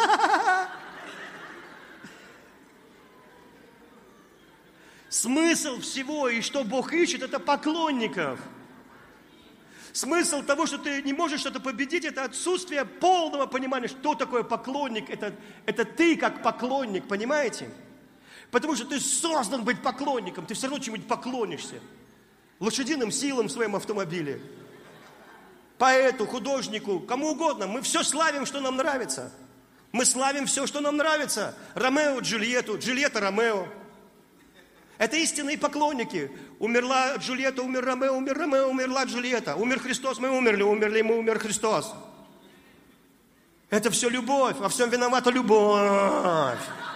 Смысл всего и что Бог ищет, это поклонников. Смысл того, что ты не можешь что-то победить, это отсутствие полного понимания, что такое поклонник. Это, это ты как поклонник, понимаете? Потому что ты создан быть поклонником, ты все равно чему-нибудь поклонишься. Лошадиным силам в своем автомобиле, поэту, художнику, кому угодно. Мы все славим, что нам нравится. Мы славим все, что нам нравится. Ромео, Джульетту, Джульетта, Ромео. Это истинные поклонники. Умерла Джульетта, умер Ромео, умер Ромео, умерла Джульетта. Умер Христос, мы умерли, умерли мы, умер Христос. Это все любовь, во всем виновата любовь.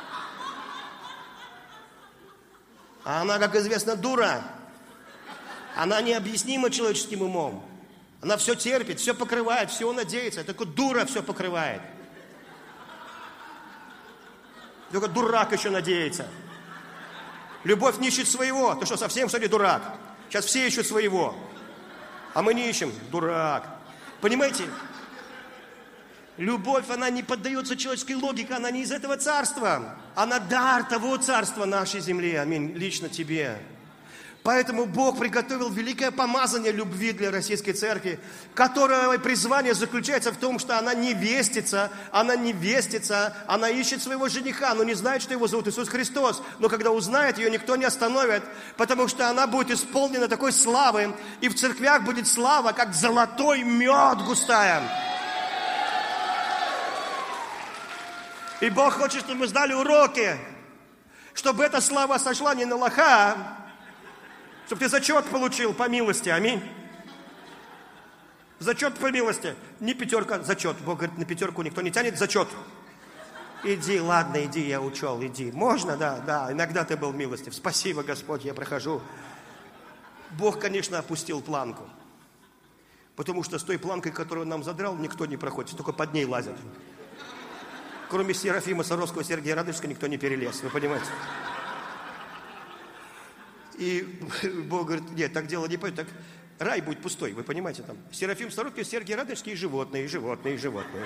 А она, как известно, дура. Она необъяснима человеческим умом. Она все терпит, все покрывает, все надеется. Только дура все покрывает. Только дурак еще надеется. Любовь не ищет своего. Ты что, совсем, что ли, дурак? Сейчас все ищут своего. А мы не ищем. Дурак. Понимаете? Любовь, она не поддается человеческой логике, она не из этого царства. Она дар того царства нашей земли. Аминь. Лично тебе. Поэтому Бог приготовил великое помазание любви для российской церкви, которое призвание заключается в том, что она невестица, она невестица, она ищет своего жениха, но не знает, что его зовут Иисус Христос. Но когда узнает, ее никто не остановит, потому что она будет исполнена такой славы, и в церквях будет слава, как золотой мед густая. И Бог хочет, чтобы мы знали уроки, чтобы эта слава сошла не на лоха, чтобы ты зачет получил по милости, аминь. Зачет по милости, не пятерка, зачет. Бог говорит, на пятерку никто не тянет, зачет. Иди, ладно, иди, я учел, иди. Можно, да, да, иногда ты был милостив. Спасибо, Господь, я прохожу. Бог, конечно, опустил планку. Потому что с той планкой, которую он нам задрал, никто не проходит, только под ней лазят. Кроме Серафима Саровского, Сергея Радонежского, никто не перелез, вы понимаете? И Бог говорит, нет, так дело не пойдет, так рай будет пустой, вы понимаете там. Серафим Саровский, Сергей Радонежский и животные, и животные, и животные.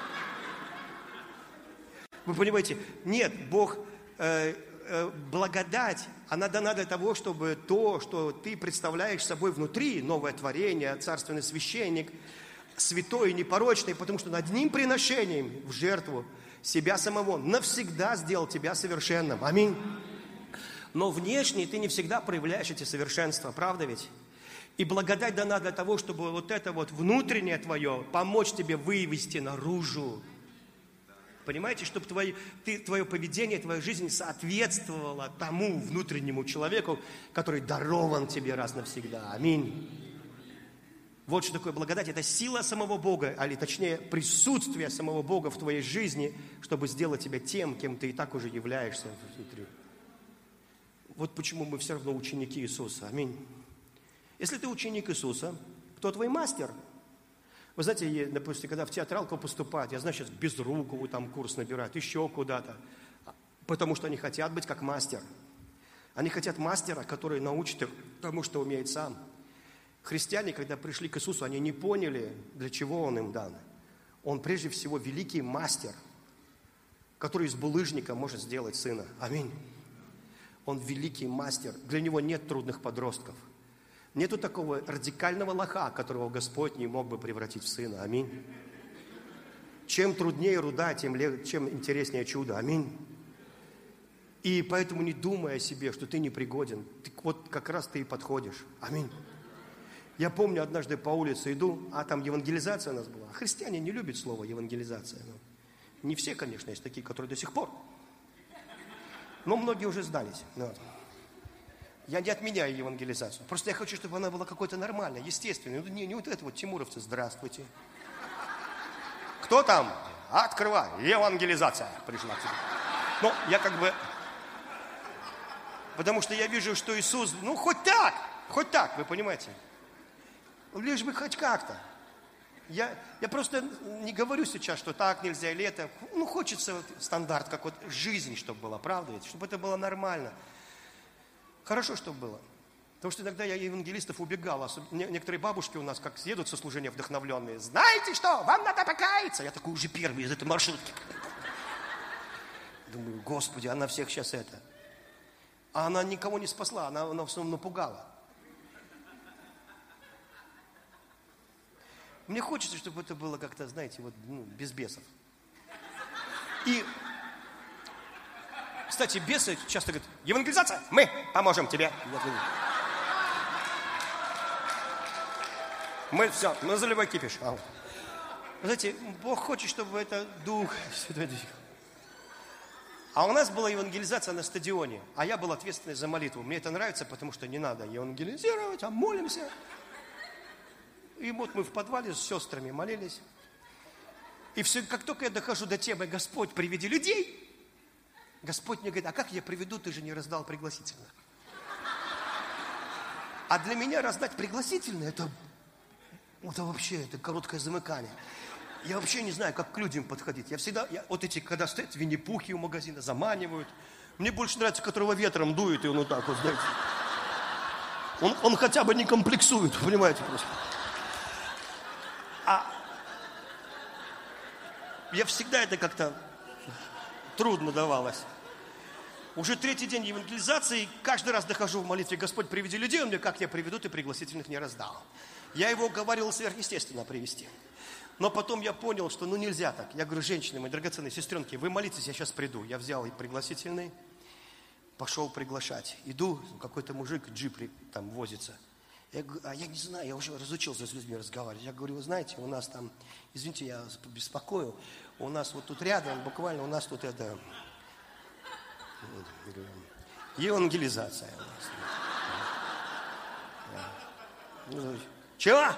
Вы понимаете, нет, Бог, э, э, благодать, она дана для того, чтобы то, что ты представляешь собой внутри, новое творение, царственный священник, святой и непорочный, потому что над одним приношением в жертву себя самого навсегда сделал тебя совершенным. Аминь. Но внешне ты не всегда проявляешь эти совершенства, правда ведь? И благодать дана для того, чтобы вот это вот внутреннее твое помочь тебе вывести наружу. Понимаете, чтобы твое, ты, твое поведение, твоя жизнь соответствовала тому внутреннему человеку, который дарован тебе раз навсегда. Аминь. Вот что такое благодать. Это сила самого Бога, или точнее присутствие самого Бога в твоей жизни, чтобы сделать тебя тем, кем ты и так уже являешься внутри. Вот почему мы все равно ученики Иисуса. Аминь. Если ты ученик Иисуса, кто твой мастер? Вы знаете, допустим, когда в театралку поступают, я знаю, сейчас Безрукову там курс набирают, еще куда-то. Потому что они хотят быть как мастер. Они хотят мастера, который научит их тому, что умеет сам. Христиане, когда пришли к Иисусу, они не поняли, для чего Он им дан. Он прежде всего великий мастер, который из булыжника может сделать сына. Аминь. Он великий мастер. Для Него нет трудных подростков. Нету такого радикального лоха, которого Господь не мог бы превратить в сына. Аминь. Чем труднее руда, тем, лег... чем интереснее чудо. Аминь. И поэтому не думай о себе, что ты непригоден. Ты, вот как раз ты и подходишь. Аминь. Я помню, однажды по улице иду, а там евангелизация у нас была. Христиане не любят слово евангелизация. Не все, конечно, есть такие, которые до сих пор. Но многие уже сдались. Вот. Я не отменяю евангелизацию. Просто я хочу, чтобы она была какой-то нормальной, естественной. Ну, не, не вот это вот, тимуровцы, здравствуйте. Кто там? Открывай. Евангелизация пришла к тебе. Ну, я как бы... Потому что я вижу, что Иисус, ну, хоть так, хоть так, вы понимаете. Лишь бы хоть как-то. Я, я просто не говорю сейчас, что так нельзя или это. Ну, хочется вот стандарт, как вот жизнь, чтобы была, правда ведь? Чтобы это было нормально. Хорошо, чтобы было. Потому что иногда я евангелистов убегал. Некоторые бабушки у нас, как съедут со служения вдохновленные. Знаете что, вам надо покаяться. Я такой уже первый из этой маршрутки. Думаю, Господи, она всех сейчас это. А она никого не спасла, она, она в основном напугала. Мне хочется, чтобы это было как-то, знаете, вот, ну, без бесов. И, кстати, бесы часто говорят, евангелизация, мы поможем тебе. Мы все, мы заливай кипиш. А, знаете, Бог хочет, чтобы это Дух Святой. А у нас была евангелизация на стадионе, а я был ответственный за молитву. Мне это нравится, потому что не надо евангелизировать, а молимся. И вот мы в подвале с сестрами молились. И все, как только я дохожу до темы «Господь, приведи людей», Господь мне говорит: а как я приведу, ты же не раздал пригласительных. А для меня раздать пригласительные, это, это вообще, это короткое замыкание. Я вообще не знаю, как к людям подходить. Я всегда, я, вот эти, когда стоят винни-пухи у магазина, заманивают. Мне больше нравится, которого ветром дует, и он вот так вот, знаете. Он, он хотя бы не комплексует, понимаете, просто. А я всегда это как-то трудно давалось. Уже третий день евангелизации, каждый раз дохожу в молитве: Господь, приведи людей. Он мне: как я приведу, ты пригласительных не раздал. Я его уговаривал сверхъестественно привести. Но потом я понял, что ну нельзя так. Я говорю: женщины, мои драгоценные сестренки, вы молитесь, я сейчас приду. Я взял и пригласительный, пошел приглашать. Иду, какой-то мужик, джип там возится. Я говорю: а я не знаю, я уже разучился с людьми разговаривать. Я говорю: вы знаете, у нас там, извините, я беспокою, у нас вот тут рядом, буквально у нас тут это, евангелизация у нас. Чего?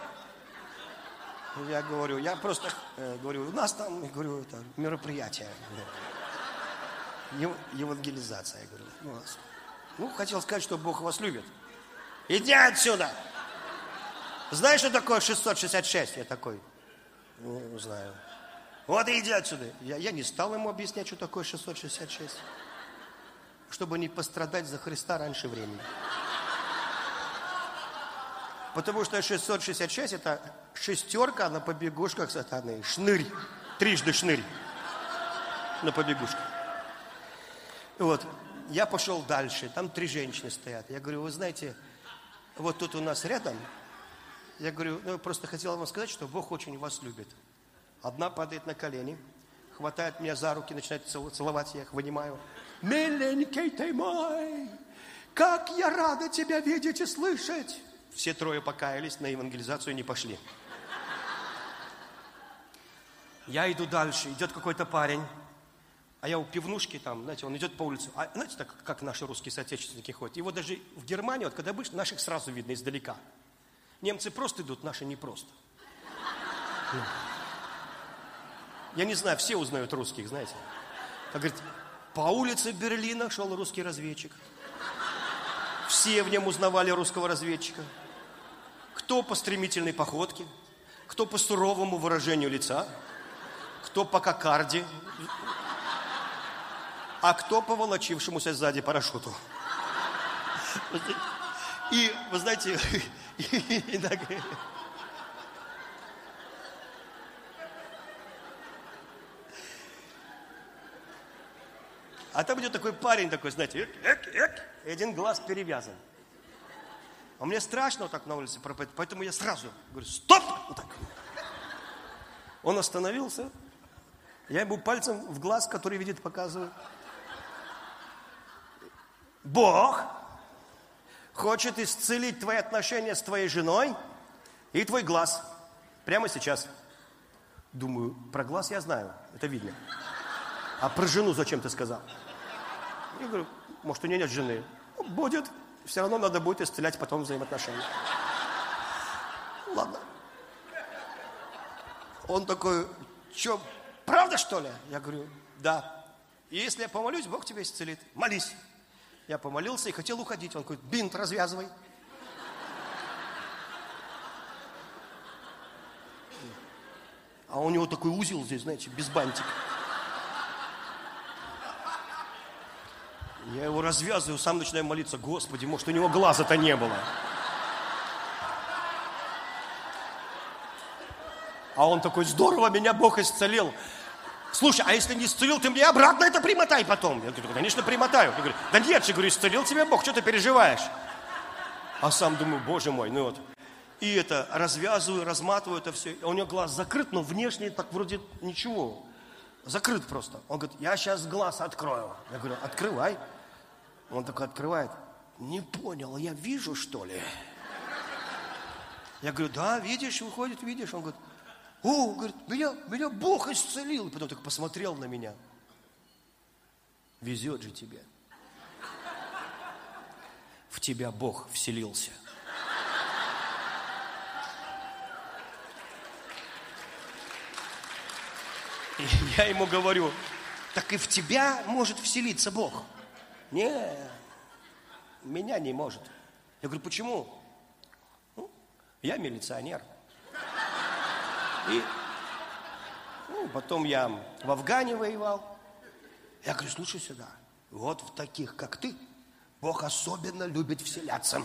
Я говорю, я просто э, говорю, у нас там, я говорю, это мероприятие. Евангелизация, я говорю. У нас. Ну, хотел сказать, что Бог вас любит. Иди отсюда! Знаешь, что такое шестьсот шестьдесят шесть? Я такой, ну, знаю. Вот и иди отсюда. Я, я не стал ему объяснять, что такое шестьсот шестьдесят шесть. Чтобы не пострадать за Христа раньше времени. Потому что шестьсот шестьдесят шесть это шестерка на побегушках сатаны. Шнырь. Трижды шнырь. На побегушках. Вот. Я пошел дальше. Там три женщины стоят. Я говорю: вы знаете, вот тут у нас рядом. Я говорю, ну, я просто хотел вам сказать, что Бог очень вас любит. Одна падает на колени, хватает меня за руки, начинает целовать, я их вынимаю. Миленький ты мой, как я рада тебя видеть и слышать. Все трое покаялись, на евангелизацию не пошли. Я иду дальше, идет какой-то парень, а я у пивнушки там, знаете, он идет по улице, а знаете, так как наши русские соотечественники ходят. Его даже в Германии, вот когда будешь, наших сразу видно издалека. Немцы просто идут, наши не просто. Я не знаю, все узнают русских, знаете. Как говорит, по улице Берлина шел русский разведчик. Все в нем узнавали русского разведчика. Кто по стремительной походке, кто по суровому выражению лица, кто по кокарде, а кто по волочившемуся сзади парашюту. И, вы знаете, иногда... А там идет такой парень, такой, знаете, эк, эк, эк, и один глаз перевязан. А мне страшно вот так на улице пропадать, поэтому я сразу говорю: стоп! Вот так. Он остановился, я ему пальцем в глаз, который видит, показываю. Бог хочет исцелить твои отношения с твоей женой и твой глаз. Прямо сейчас. Думаю, про глаз я знаю, это видно. А про жену зачем ты сказал? Я говорю, может, у нее нет жены. Будет. Все равно надо будет исцелять потом взаимоотношения. Ладно. Он такой, что, правда, что ли? Я говорю, да. И если я помолюсь, Бог тебя исцелит. Молись. Я помолился и хотел уходить. Он говорит, бинт развязывай. А у него такой узел здесь, знаете, без бантика. Я его развязываю, сам начинаю молиться. Господи, может, у него глаза-то не было. А он такой, здорово, меня Бог исцелил. Слушай, а если не исцелил, ты мне обратно это примотай потом. Я говорю, конечно, примотаю. Я говорю, да нет же, говорю, исцелил тебя Бог, что ты переживаешь? А сам думаю, боже мой, ну вот. И это, развязываю, разматываю это все. У него глаз закрыт, но внешне так вроде ничего. Закрыт просто. Он говорит, я сейчас глаз открою. Я говорю, открывай. Он такой открывает. Не понял, я вижу, что ли? Я говорю, да, видишь, выходит, видишь. Он говорит, о, говорит, меня, меня Бог исцелил. И потом так посмотрел на меня. Везет же тебе. В тебя Бог вселился. Я ему говорю, так и в тебя может вселиться Бог. Не, меня не может. Я говорю, почему? Ну, я милиционер. И ну, потом я в Афгане воевал. Я говорю, слушай сюда, вот в таких, как ты, Бог особенно любит вселяться.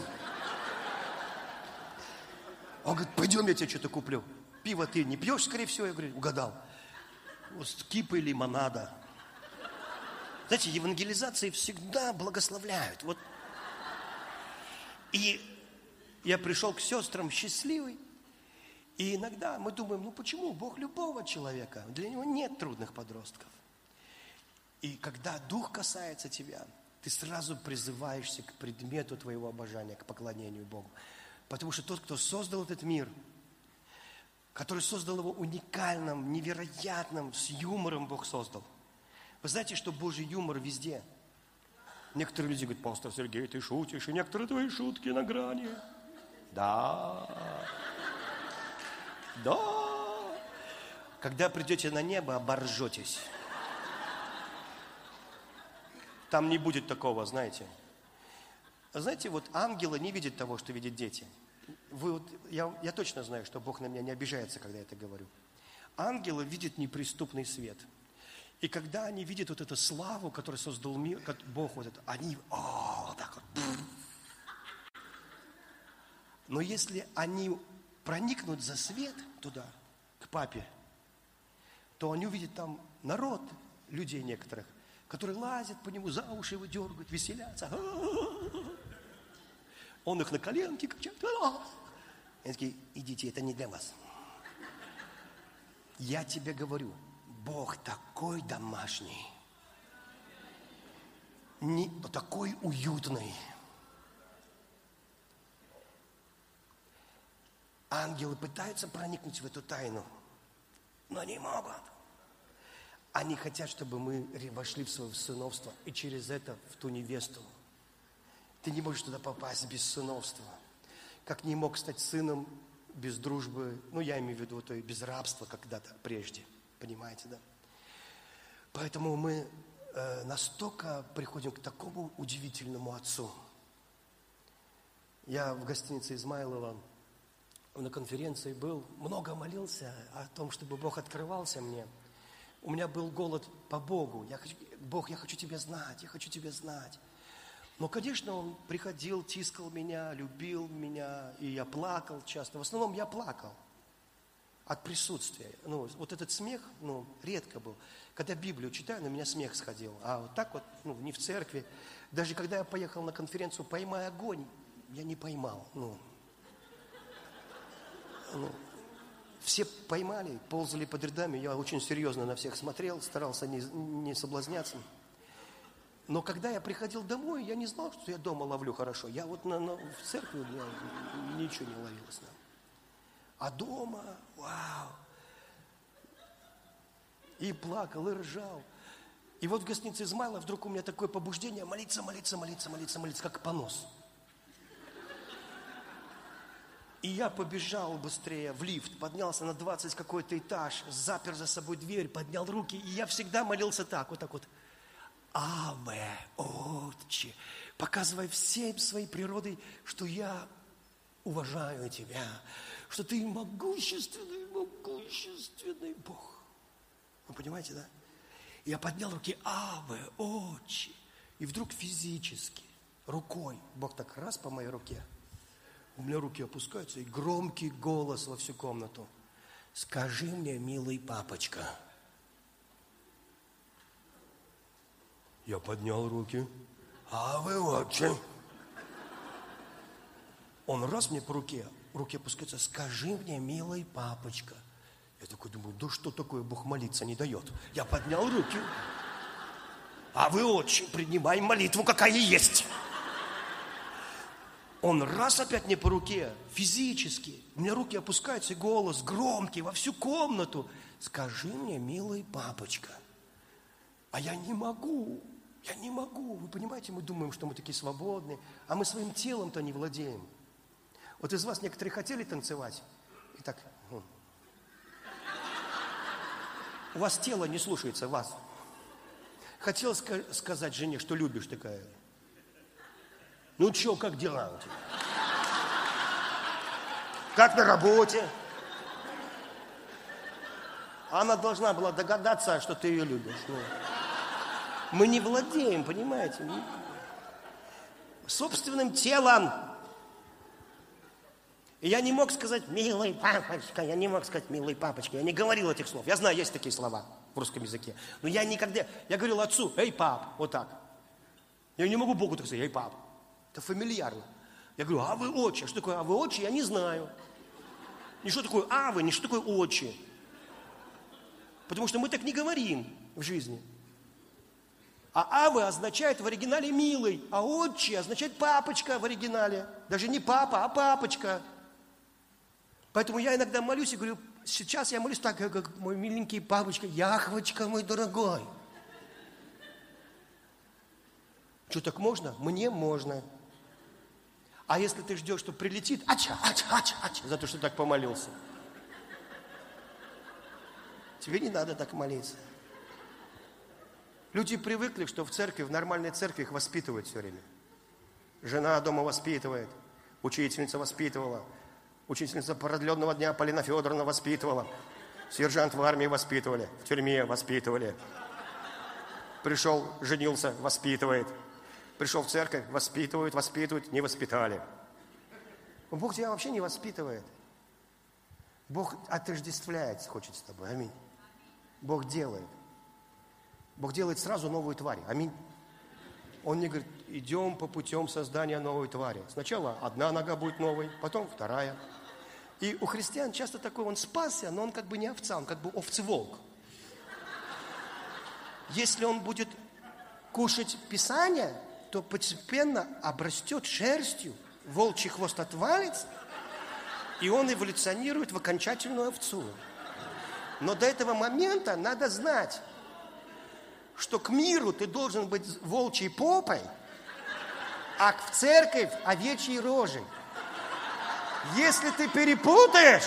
Он говорит, пойдем, я тебе что-то куплю. Пиво ты не пьешь, скорее всего? Я говорю, угадал. Вот кипы лимонада. Знаете, евангелизации всегда благословляют. Вот. И я пришел к сестрам счастливый. И иногда мы думаем, ну почему? Бог любого человека. Для него нет трудных подростков. И когда Дух касается тебя, ты сразу призываешься к предмету твоего обожания, к поклонению Богу. Потому что тот, кто создал этот мир, который создал его уникальным, невероятным, с юмором Бог создал. Вы знаете, что Божий юмор везде. Некоторые люди говорят, пастор Сергей, ты шутишь, и некоторые твои шутки на грани. Да. Да. Когда придете на небо, оборжетесь. Там не будет такого, знаете. Знаете, вот ангелы не видят того, что видят дети. Вы вот, я, я точно знаю, что Бог на меня не обижается, когда я это говорю. Ангелы видят неприступный свет. И когда они видят вот эту славу, которую создал мир, как Бог вот это, они, о, вот так вот. Но если они проникнут за свет туда, к папе, то они увидят там народ, людей некоторых, которые лазят по нему, за уши его дергают, веселятся. Он их на коленки качает. Они такие, идите, это не для вас. Я тебе говорю, Бог такой домашний, не, такой уютный. Ангелы пытаются проникнуть в эту тайну, но не могут. Они хотят, чтобы мы вошли в свое сыновство и через это в ту невесту. Ты не можешь туда попасть без сыновства. Как не мог стать сыном без дружбы, ну, я имею в виду, то и без рабства когда-то прежде. Понимаете, да? Поэтому мы э, настолько приходим к такому удивительному отцу. Я в гостинице Измайлова на конференции был, много молился о том, чтобы Бог открывался мне. У меня был голод по Богу. Я хочу, Бог, я хочу Тебя знать, я хочу Тебя знать. Но, конечно, Он приходил, тискал меня, любил меня, и я плакал часто. В основном я плакал от присутствия. Ну, вот этот смех, ну, редко был. Когда Библию читаю, на меня смех сходил. А вот так вот, ну, не в церкви. Даже когда я поехал на конференцию «Поймай огонь», я не поймал. Ну, ну, все поймали, ползали под рядами. Я очень серьезно на всех смотрел, старался не, не соблазняться. Но когда я приходил домой, я не знал, что я дома ловлю хорошо. Я вот на, на, в церкви у меня ничего не ловилось. Да. А дома, вау. И плакал, и ржал. И вот в гостинице Измайла вдруг у меня такое побуждение молиться, молиться, молиться, молиться, молиться, как понос. И я побежал быстрее в лифт, поднялся на двадцать какой-то этаж, запер за собой дверь, поднял руки. И я всегда молился так, вот так вот. Аве, Отче, показывай всем своей природой, что я уважаю Тебя, что Ты могущественный, могущественный Бог. Вы понимаете, да? Я поднял руки, Аве, Отче, и вдруг физически, рукой, Бог так раз по моей руке, у меня руки опускаются, и громкий голос во всю комнату. Скажи мне, милый папочка. Я поднял руки. А вы, Отче. Он раз мне по руке, руки опускаются. Скажи мне, милый папочка. Я такой думаю, да что такое, Бог молиться не дает. Я поднял руки. А вы, Отче, принимай молитву, какая есть. Он раз опять мне по руке, физически. У меня руки опускаются, и голос громкий во всю комнату. Скажи мне, милый папочка. А я не могу. Я не могу. Вы понимаете, мы думаем, что мы такие свободные, а мы своим телом-то не владеем. Вот из вас некоторые хотели танцевать. И так. У вас тело не слушается вас. Хотела ска- сказать жене, что любишь, такая. Ну что, как дела у тебя? Как на работе? Она должна была догадаться, что ты ее любишь. Ну, мы не владеем, понимаете, собственным телом. И я не мог сказать «милый папочка», я не мог сказать «милый папочка», я не говорил этих слов. Я знаю, есть такие слова в русском языке. Но я никогда, я говорил отцу «эй, пап», вот так. Я не могу Богу так сказать «эй, пап». Это фамильярно. Я говорю «а вы отче». Что такое «а вы отче»? Я не знаю. Не что такое «а вы», не что такое «отче». Потому что мы так не говорим в жизни. А «авы» означает в оригинале «милый», а «отче» означает «папочка» в оригинале. Даже не папа, а папочка. Поэтому я иногда молюсь и говорю, сейчас я молюсь так, как мой миленький папочка, Яхвочка мой дорогой. Что, так можно? Мне можно. А если ты ждешь, что прилетит, ача, ача, ача, ача, за то, что так помолился. Тебе не надо так молиться. Люди привыкли, что в церкви, в нормальной церкви их воспитывают все время. Жена дома воспитывает, учительница воспитывала, учительница продленного дня Полина Федоровна воспитывала, сержант в армии воспитывали, в тюрьме воспитывали. Пришел, женился, воспитывает. Пришел в церковь, воспитывают, воспитывают, не воспитали. Бог тебя вообще не воспитывает. Бог отождествляется, хочет с тобой. Аминь. Бог делает. Бог делает сразу новую тварь. Аминь. Он не говорит, идем по путем создания новой твари. Сначала одна нога будет новой, потом вторая. И у христиан часто такой, он спасся, но он как бы не овца, он как бы овцеволк. Если он будет кушать Писание, то постепенно обрастет шерстью, волчий хвост отвалится, и он эволюционирует в окончательную овцу. Но до этого момента надо знать, что к миру ты должен быть волчьей попой, а в церковь овечьей рожей. Если ты перепутаешь,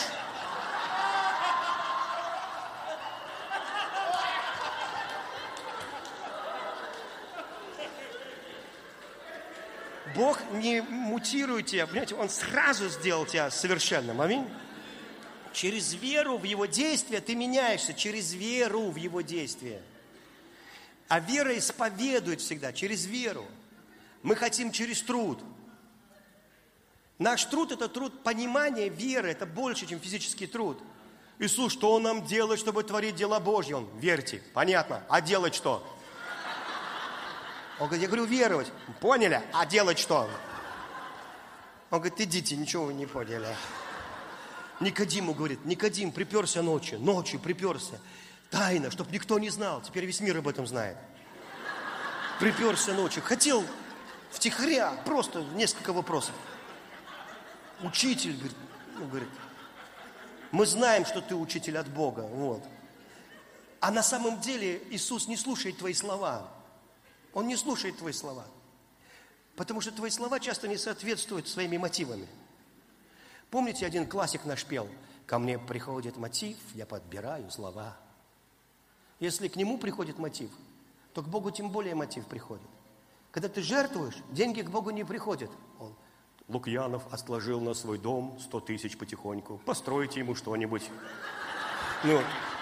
Бог не мутирует тебя, понимаете, Он сразу сделал тебя совершенным. Аминь. Через веру в Его действия ты меняешься, через веру в Его действия. А вера исповедует всегда, через веру. Мы хотим через труд. Наш труд – это труд понимания веры, это больше, чем физический труд. Иисус, что Он нам делает, чтобы творить дела Божьи? Он, верьте, понятно, а делать что? Он говорит, я говорю, веровать. Поняли? А делать что? Он говорит, идите, ничего вы не поняли. Никодиму говорит, Никодим приперся ночью, ночью приперся. Тайно, чтобы никто не знал. Теперь весь мир об этом знает. Приперся ночью. Хотел втихаря, просто несколько вопросов. Учитель, говорит, ну, говорит, мы знаем, что ты учитель от Бога. Вот. А на самом деле Иисус не слушает твои слова. Он не слушает твои слова. Потому что твои слова часто не соответствуют своими мотивами. Помните, один классик наш пел? Ко мне приходит мотив, я подбираю слова. Если к нему приходит мотив, то к Богу тем более мотив приходит. Когда ты жертвуешь, деньги к Богу не приходят. Он, Лукьянов отложил на свой дом сто тысяч потихоньку. Постройте ему что-нибудь. Ну.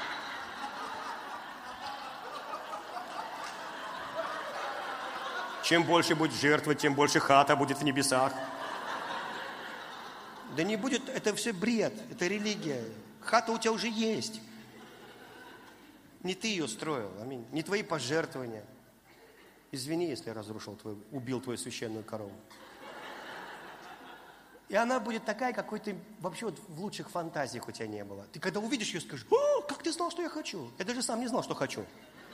Чем больше будет жертвовать, тем больше хата будет в небесах. Да не будет, это все бред, это религия. Хата у тебя уже есть. Не ты ее строил, аминь. Не твои пожертвования. Извини, если я разрушил твою, убил твою священную корову. И она будет такая, какой ты вообще вот в лучших фантазиях у тебя не было. Ты когда увидишь ее, скажешь, о, как ты знал, что я хочу? Я даже сам не знал, что хочу.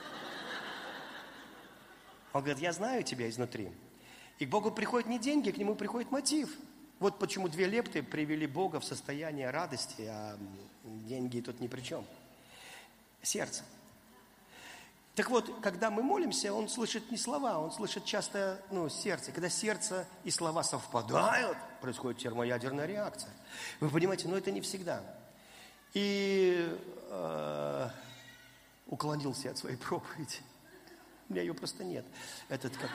Он говорит, я знаю тебя изнутри. И к Богу приходят не деньги, к Нему приходит мотив. Вот почему две лепты привели Бога в состояние радости, а деньги тут ни при чем. Сердце. Так вот, когда мы молимся, Он слышит не слова, Он слышит часто ну, сердце. Когда сердце и слова совпадают, происходит термоядерная реакция. Вы понимаете, но это не всегда. И э, уклонился от своей проповеди. У меня ее просто нет. Этот, как...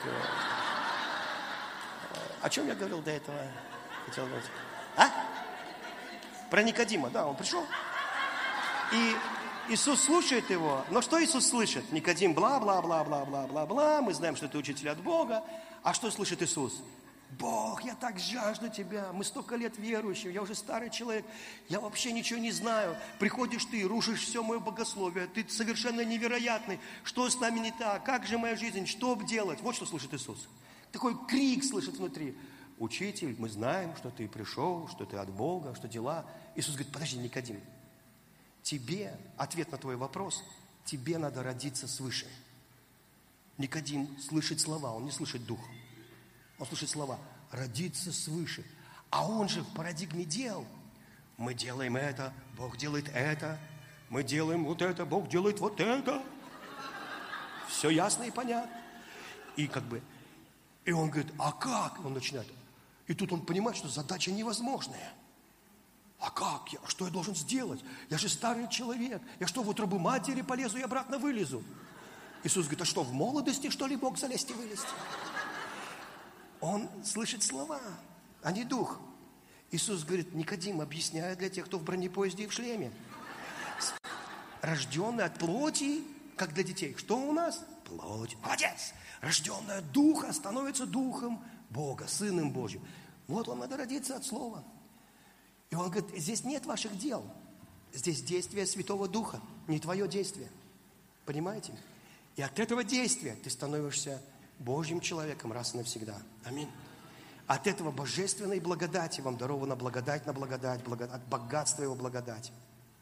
О чем я говорил до этого? Хотел говорить. А? Про Никодима, да, он пришел. И Иисус слушает его. Но что Иисус слышит? Никодим, бла-бла-бла-бла-бла-бла-бла. Мы знаем, что ты учитель от Бога. А что слышит Иисус? Бог, я так жажду Тебя. Мы столько лет верующие. Я уже старый человек. Я вообще ничего не знаю. Приходишь ты, рушишь все мое богословие. Ты совершенно невероятный. Что с нами не так? Как же моя жизнь? Что делать? Вот что слышит Иисус. Такой крик слышит внутри. Учитель, мы знаем, что ты пришел, что ты от Бога, что дела. Иисус говорит, подожди, Никодим. Тебе, ответ на твой вопрос, тебе надо родиться свыше. Никодим слышит слова, он не слышит дух. Он слышит слова, родиться свыше. А он же в парадигме дел. Мы делаем это, Бог делает это. Мы делаем вот это, Бог делает вот это. Все ясно и понятно. И как бы, и он говорит, а как? Он начинает. И тут он понимает, что задача невозможная. А как? Я, что я должен сделать? Я же старый человек. Я что, в утробу матери полезу и обратно вылезу? Иисус говорит, а что, в молодости, что ли, Бог залезть и вылезть? Он слышит слова, а не дух. Иисус говорит, Никодим, объясняю для тех, кто в бронепоезде и в шлеме. Рожденный от плоти, как для детей. Что у нас? Плоть. Молодец. Рожденный от духа становится духом Бога, Сыном Божьим. Вот вам надо родиться от слова. И он говорит, здесь нет ваших дел. Здесь действие Святого Духа, не твое действие. Понимаете? И от этого действия ты становишься Божьим человеком раз и навсегда. Аминь. От этого божественной благодати вам дарована благодать на благодать, благодать от богатства его благодати.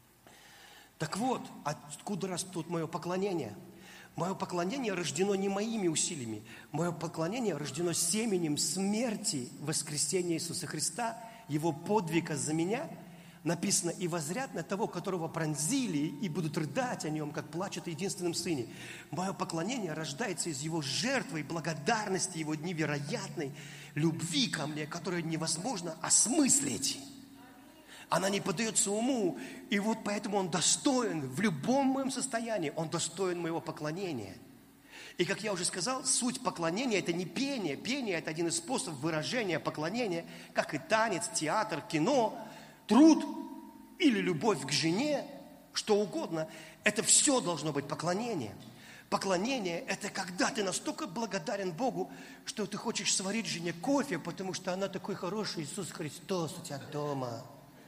Так вот, откуда растут мое поклонение? Мое поклонение рождено не моими усилиями. Мое поклонение рождено семенем смерти, воскресения Иисуса Христа, Его подвига за меня. Написано, и возрят на того, которого пронзили, и будут рыдать о нем, как плачут о единственном сыне. Мое поклонение рождается из его жертвы, благодарности, его невероятной любви ко мне, которую невозможно осмыслить. Она не поддается уму, и вот поэтому он достоин в любом моем состоянии, он достоин моего поклонения. И как я уже сказал, суть поклонения – это не пение. Пение – это один из способов выражения поклонения, как и танец, театр, кино, труд или любовь к жене, что угодно. Это все должно быть поклонение. Поклонение – это когда ты настолько благодарен Богу, что ты хочешь сварить жене кофе, потому что она такой хороший Иисус Христос у тебя дома.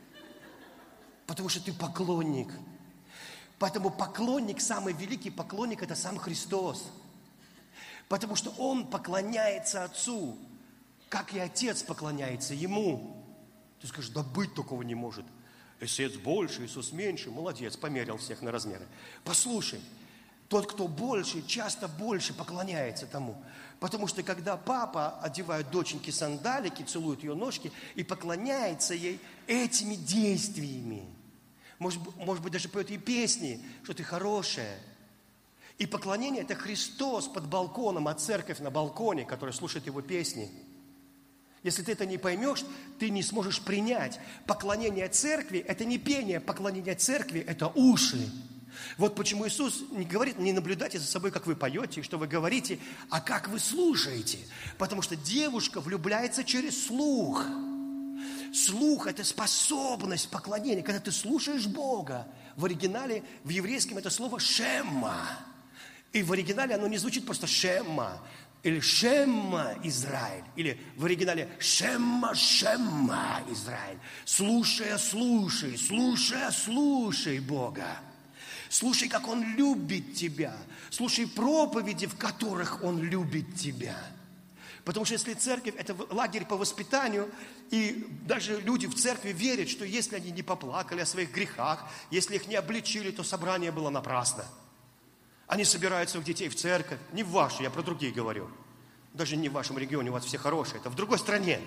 Потому что ты поклонник. Поэтому поклонник, самый великий поклонник – это сам Христос. Потому что Он поклоняется Отцу, как и Отец поклоняется Ему. Ты скажешь, да быть такого не может. Отец больше, Иисус меньше. Молодец, померил всех на размеры. Послушай, тот, кто больше, часто больше поклоняется тому. Потому что когда папа одевает доченьке сандалики, целует ее ножки и поклоняется ей этими действиями. Может, может быть, даже поет ей песни, что ты хорошая. И поклонение – это Христос под балконом, а церковь на балконе, которая слушает его песни. Если ты это не поймешь, ты не сможешь принять. Поклонение церкви – это не пение, поклонение церкви – это уши. Вот почему Иисус не говорит, не наблюдайте за собой, как вы поете, что вы говорите, а как вы слушаете. Потому что девушка влюбляется через слух. Слух – это способность поклонения, когда ты слушаешь Бога. В оригинале, в еврейском это слово «шемма». И в оригинале оно не звучит просто «шемма», или «шемма Израиль», или в оригинале «шемма, шемма Израиль». Слушая, слушай, слушая, слушай Бога. Слушай, как Он любит тебя. Слушай проповеди, в которых Он любит тебя. Потому что если церковь – это лагерь по воспитанию, и даже люди в церкви верят, что если они не поплакали о своих грехах, если их не обличили, то собрание было напрасно. Они собирают своих детей в церковь, не в вашу, я про другие говорю. Даже не в вашем регионе, у вас все хорошие, это в другой стране.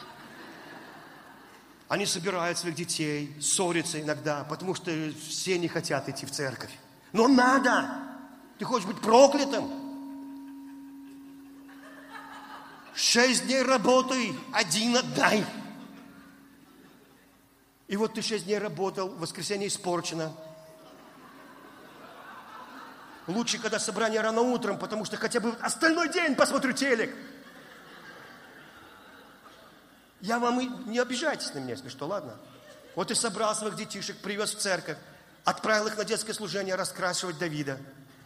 Они собирают своих детей, ссорятся иногда, потому что все не хотят идти в церковь. Но надо! Ты хочешь быть проклятым? Шесть дней работай, один отдай. И вот ты шесть дней работал, в воскресенье испорчено. Лучше, когда собрание рано утром, потому что хотя бы остальной день посмотрю телек. Я вам и не обижайтесь на меня, если что, ладно? Вот и собрал своих детишек, привез в церковь, отправил их на детское служение раскрашивать Давида.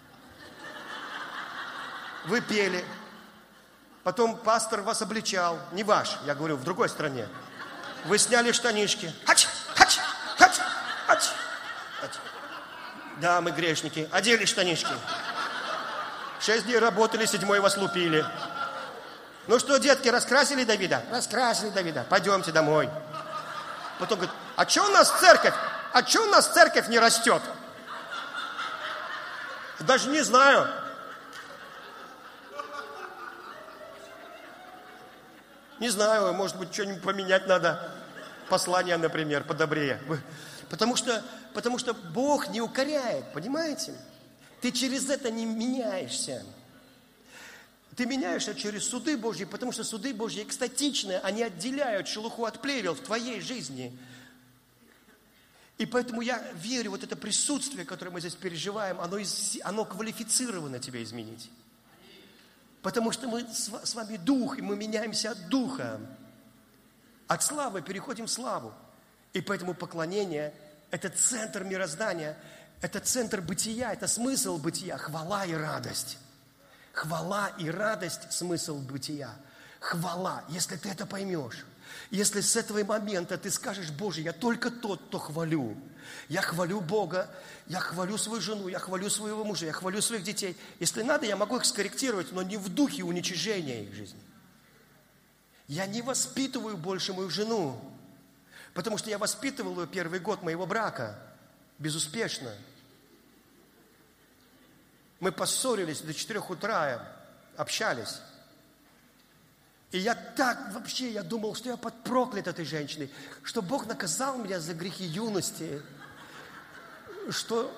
Вы пели. Потом пастор вас обличал. Не ваш, я говорю, в другой стране. Вы сняли штанишки. Хач, хач, хач, хач, хач. Да, мы грешники. Одели штанишки. Шесть дней работали, седьмой вас лупили. Ну что, детки, раскрасили Давида? Раскрасили Давида. Пойдемте домой. Потом говорит, а что у нас церковь? А что у нас церковь не растет? Даже не знаю. Не знаю, может быть, что-нибудь поменять надо. Послание, например, подобрее. Потому что, потому что Бог не укоряет, понимаете? Ты через это не меняешься. Ты меняешься через суды Божьи, потому что суды Божьи экстатичные, они отделяют шелуху от плевел в твоей жизни. И поэтому я верю, вот это присутствие, которое мы здесь переживаем, оно, из, оно квалифицировано тебя изменить. Потому что мы с вами дух, и мы меняемся от духа. От славы переходим в славу. И поэтому поклонение – это центр мироздания, это центр бытия, это смысл бытия, хвала и радость. Хвала и радость – смысл бытия. Хвала, если ты это поймешь. Если с этого момента ты скажешь, Боже, я только тот, кто хвалю. Я хвалю Бога, я хвалю свою жену, я хвалю своего мужа, я хвалю своих детей. Если надо, я могу их скорректировать, но не в духе уничижения их жизни. Я не воспитываю больше мою жену, потому что я воспитывал ее первый год моего брака безуспешно. Мы поссорились до четырех утра, общались. И я так вообще, я думал, что я подпроклят этой женщиной, что Бог наказал меня за грехи юности, что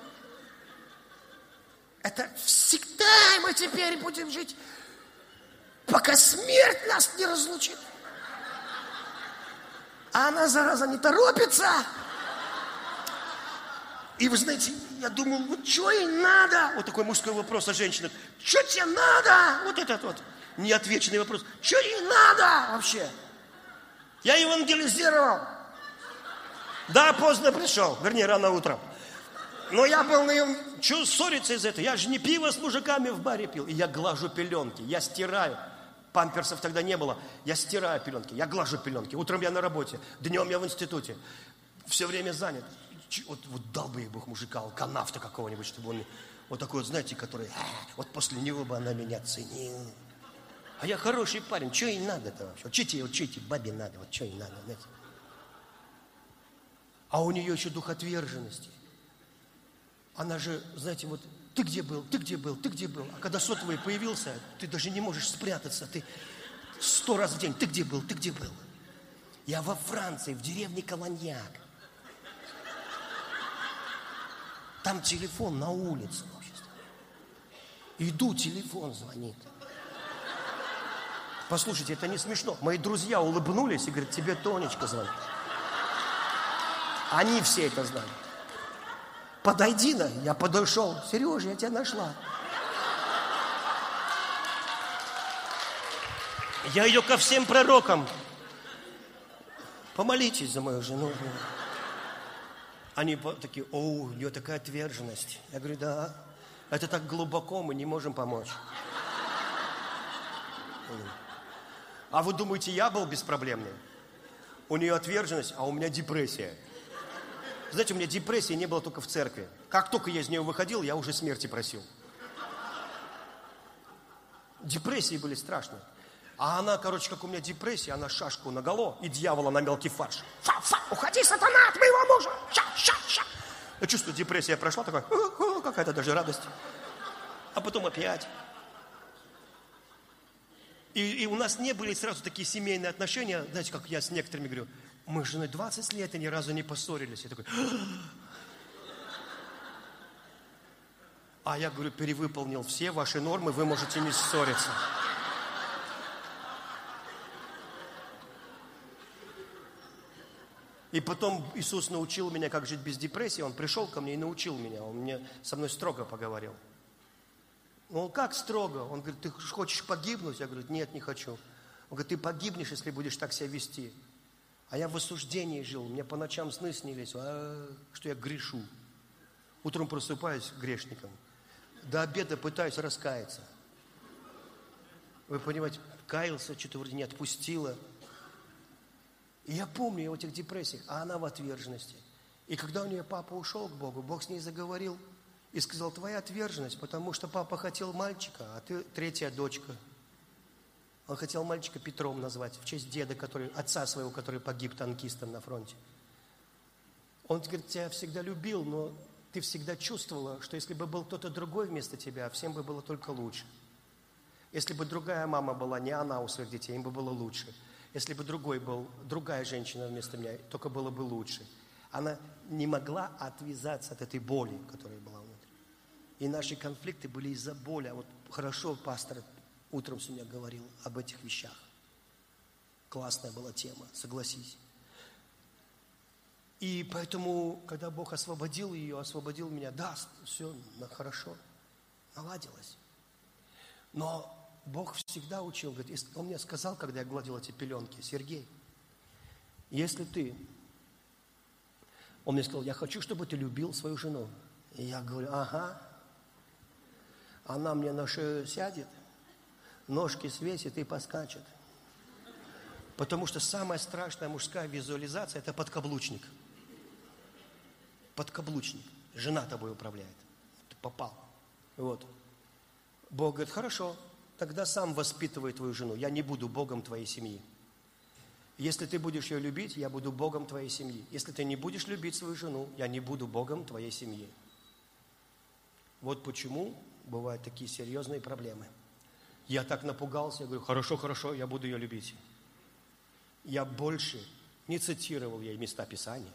это всегда мы теперь будем жить, пока смерть нас не разлучит. А она, зараза, не торопится. И вы знаете, я думал, вот что ей надо? Вот такой мужской вопрос от женщины. Что тебе надо? Вот этот вот неотвеченный вопрос. Что ей надо вообще? Я евангелизировал. Да, поздно пришел, вернее, рано утром. Но я был на нем, что ссориться из этого? Я же не пиво с мужиками в баре пил. И я глажу пеленки, я стираю. Памперсов тогда не было. Я стираю пеленки, я глажу пеленки. Утром я на работе, днем я в институте. Все время занят. Вот, вот дал бы ей Бог мужика, алканавта какого-нибудь, чтобы он, вот такой вот, знаете, который, вот после него бы она меня ценила. А я хороший парень, что ей надо-то вообще? Вот что тебе, вот что тебе, бабе надо, вот что ей надо, знаете? А у нее еще дух отверженности. Она же, знаете, вот, ты где был, ты где был, ты где был? А когда сотовый появился, ты даже не можешь спрятаться, ты сто раз в день, ты где был, ты где был? Я во Франции, в деревне Колоньяк. Там телефон на улице. Иду, телефон звонит. Послушайте, это не смешно. Мои друзья улыбнулись и говорят, тебе Тонечка звонит. Они все это знали. Подойди на, я подошел. Сережа, я тебя нашла. Я ее ко всем пророкам. Помолитесь за мою жену. Они такие, о, у нее такая отверженность. Я говорю, да, это так глубоко, мы не можем помочь. А вы думаете, я был беспроблемный? У нее отверженность, а у меня депрессия. Знаете, у меня депрессии не было только в церкви. Как только я из нее выходил, я уже смерти просил. Депрессии были страшные. А она, короче, как у меня депрессия, она шашку наголо и дьявола на мелкий фарш. Фа, фа, уходи, сатана, от моего мужа! Ша, ша, ша. Я чувствую, депрессия прошла, такая, какая-то даже радость. А потом опять. И, и у нас не были сразу такие семейные отношения, знаете, как я с некоторыми говорю, мы с женой двадцать лет и ни разу не поссорились. Я такой, а я говорю, перевыполнил все ваши нормы, вы можете не ссориться. И потом Иисус научил меня, как жить без депрессии. Он пришел ко мне и научил меня. Он мне со мной строго поговорил. Он как строго? Он говорит, ты хочешь погибнуть? Я говорю, нет, не хочу. Он говорит, ты погибнешь, если будешь так себя вести. А я в осуждении жил, мне по ночам сны снились, а, что я грешу. Утром просыпаюсь грешником. До обеда пытаюсь раскаяться. Вы понимаете, каялся, что-то вроде не отпустило. И я помню о этих депрессиях, а она в отверженности. И когда у нее папа ушел к Богу, Бог с ней заговорил и сказал, твоя отверженность, потому что папа хотел мальчика, а ты третья дочка. Он хотел мальчика Петром назвать, в честь деда, который, отца своего, который погиб танкистом на фронте. Он говорит, тебя всегда любил, но ты всегда чувствовала, что если бы был кто-то другой вместо тебя, всем бы было только лучше. Если бы другая мама была, не она у своих детей, им бы было лучше. Если бы другой был, другая женщина вместо меня, только было бы лучше. Она не могла отвязаться от этой боли, которая была внутри. И наши конфликты были из-за боли. А вот хорошо пастор утром с меня говорил об этих вещах. Классная была тема, согласись. И поэтому, когда Бог освободил ее, освободил меня, да, все хорошо, наладилось. Но Бог всегда учил, говорит, Он мне сказал, когда я гладил эти пеленки, Сергей, если ты, Он мне сказал, я хочу, чтобы ты любил свою жену. И я говорю, ага, она мне на шею сядет, ножки свесит и поскачет. Потому что самая страшная мужская визуализация – это подкаблучник. Подкаблучник. Жена тобой управляет. Ты попал. Вот. Бог говорит, хорошо, тогда сам воспитывай твою жену. Я не буду Богом твоей семьи. Если ты будешь ее любить, я буду Богом твоей семьи. Если ты не будешь любить свою жену, я не буду Богом твоей семьи. Вот почему бывают такие серьезные проблемы. Я так напугался, я говорю, хорошо, хорошо, я буду ее любить. Я больше не цитировал ей места Писания,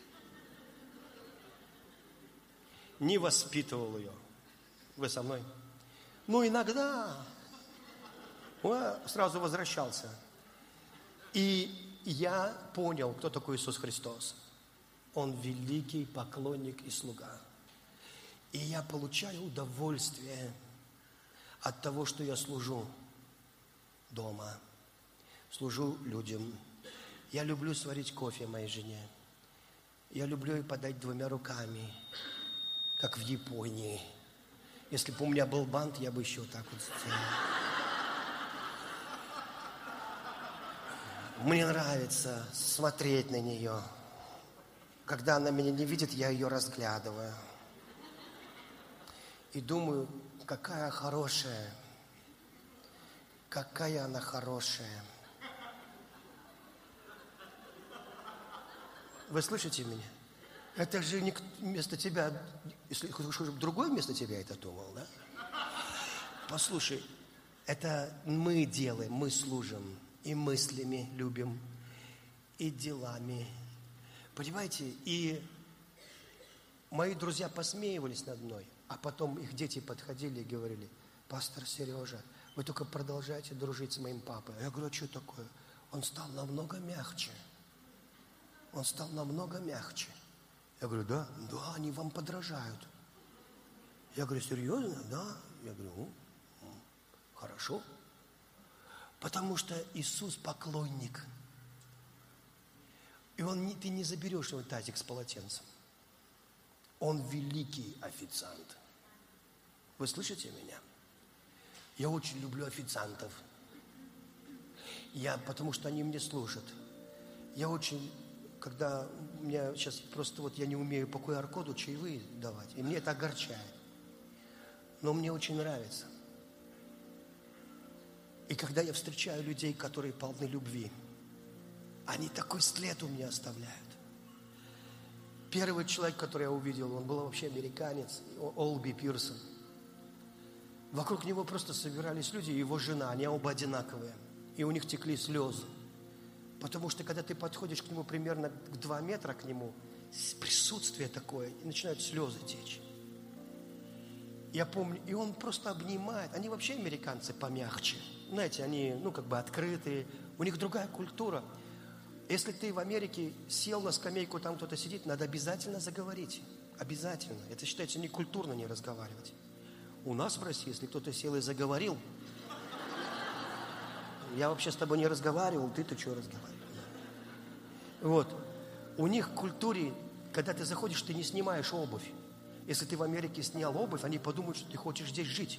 не воспитывал ее. Вы со мной? Ну, иногда я сразу возвращался. И я понял, кто такой Иисус Христос. Он великий поклонник и слуга. И я получаю удовольствие от того, что я служу дома, служу людям. Я люблю сварить кофе моей жене. Я люблю ей подать двумя руками, как в Японии. Если бы у меня был бант, я бы еще так вот сделал. Мне нравится смотреть на нее. Когда она меня не видит, я ее разглядываю. И думаю, какая хорошая, какая она хорошая. Вы слышите меня? Это же не вместо тебя, если чтобы другой вместо тебя это думал, да? Послушай, это мы делаем, мы служим, и мыслями любим, и делами. Понимаете? И мои друзья посмеивались над мной, а потом их дети подходили и говорили, пастор Сережа, вы только продолжайте дружить с моим папой. Я говорю, а что такое? Он стал намного мягче. Он стал намного мягче. Я говорю, да? Да, они вам подражают. Я говорю, серьезно? Да. Я говорю, ну, хорошо. Потому что Иисус поклонник. И он не, ты не заберешь его тазик с полотенцем. Он великий официант. Вы слышите меня? Я очень люблю официантов. Я, потому что они мне служат. Я очень, когда у меня сейчас просто вот я не умею по ку ар коду чаевые давать, и мне это огорчает. Но мне очень нравится. И когда я встречаю людей, которые полны любви, они такой след у меня оставляют. Первый человек, который я увидел, он был вообще американец, Олби Пирсон. Вокруг него просто собирались люди, его жена, они оба одинаковые. И у них текли слезы. Потому что, когда ты подходишь к нему примерно к два метра к нему, присутствие такое, и начинают слезы течь. Я помню, и он просто обнимает. Они вообще американцы помягче. Знаете, они, ну, как бы открытые. У них другая культура. Если ты в Америке сел на скамейку, там кто-то сидит, надо обязательно заговорить. Обязательно. Это считается некультурно не разговаривать. У нас в России, если кто-то сел и заговорил, я вообще с тобой не разговаривал, ты-то что разговаривал? Вот. У них в культуре, когда ты заходишь, ты не снимаешь обувь. Если ты в Америке снял обувь, они подумают, что ты хочешь здесь жить.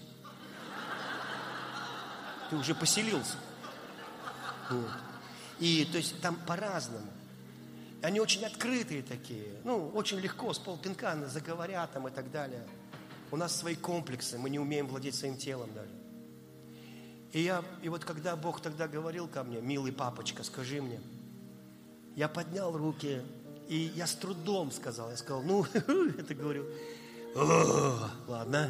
Ты уже поселился. Вот. И то есть там по-разному. Они очень открытые такие. Ну, очень легко, с полпинка заговорят там и так далее. У нас свои комплексы, мы не умеем владеть своим телом даже. И, я, и вот когда Бог тогда говорил ко мне, милый папочка, скажи мне, я поднял руки, и я с трудом сказал, я сказал, ну, это говорю, ладно,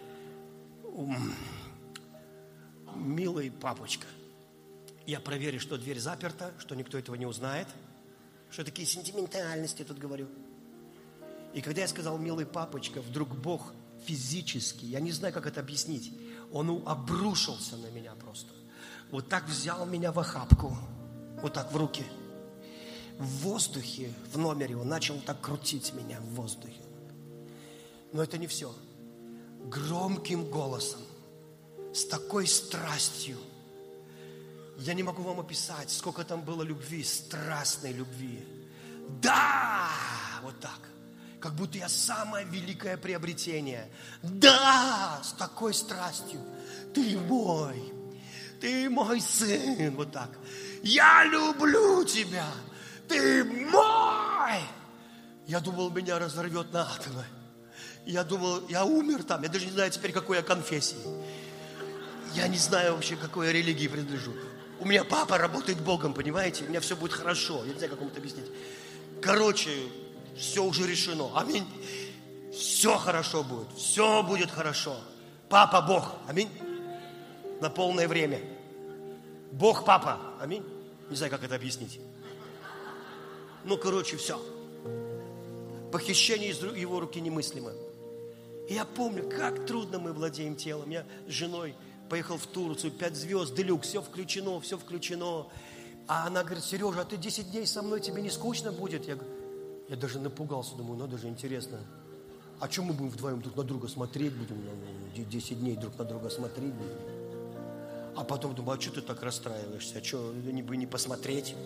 милый папочка, я проверю, что дверь заперта, что никто этого не узнает, что такие сентиментальности тут говорю. И когда я сказал, милый папочка, вдруг Бог физически, я не знаю, как это объяснить, Он обрушился на меня просто. Вот так взял меня в охапку, вот так в руки. В воздухе, в номере он начал так крутить меня в воздухе. Но это не все. Громким голосом, с такой страстью. Я не могу вам описать, сколько там было любви, страстной любви. Да! Вот так. Как будто я самое великое приобретение. Да! С такой страстью. Ты мой. Ты мой сын. Вот так. Я люблю тебя. Ты мой. Я думал, меня разорвет на атомы. Я думал, я умер там. Я даже не знаю теперь, какой я конфессии. Я не знаю вообще, какой я религии принадлежу. У меня папа работает Богом, понимаете? У меня все будет хорошо. Я не знаю, как вам это объяснить. Короче, все уже решено. Аминь. Все хорошо будет. Все будет хорошо. Папа Бог. Аминь. На полное время. Бог папа. Аминь. Не знаю, как это объяснить. Ну, короче, все. Похищение из его руки немыслимо. И я помню, как трудно мы владеем телом. Я с женой поехал в Турцию, пять звезд, делюкс, все включено, все включено. А она говорит, Сережа, а ты десять дней со мной, тебе не скучно будет? Я, я даже напугался, думаю, ну даже интересно. А что мы будем вдвоем друг на друга смотреть будем? десять дней друг на друга смотреть будем. А потом думаю, а что ты так расстраиваешься? А что, не бы не посмотреть?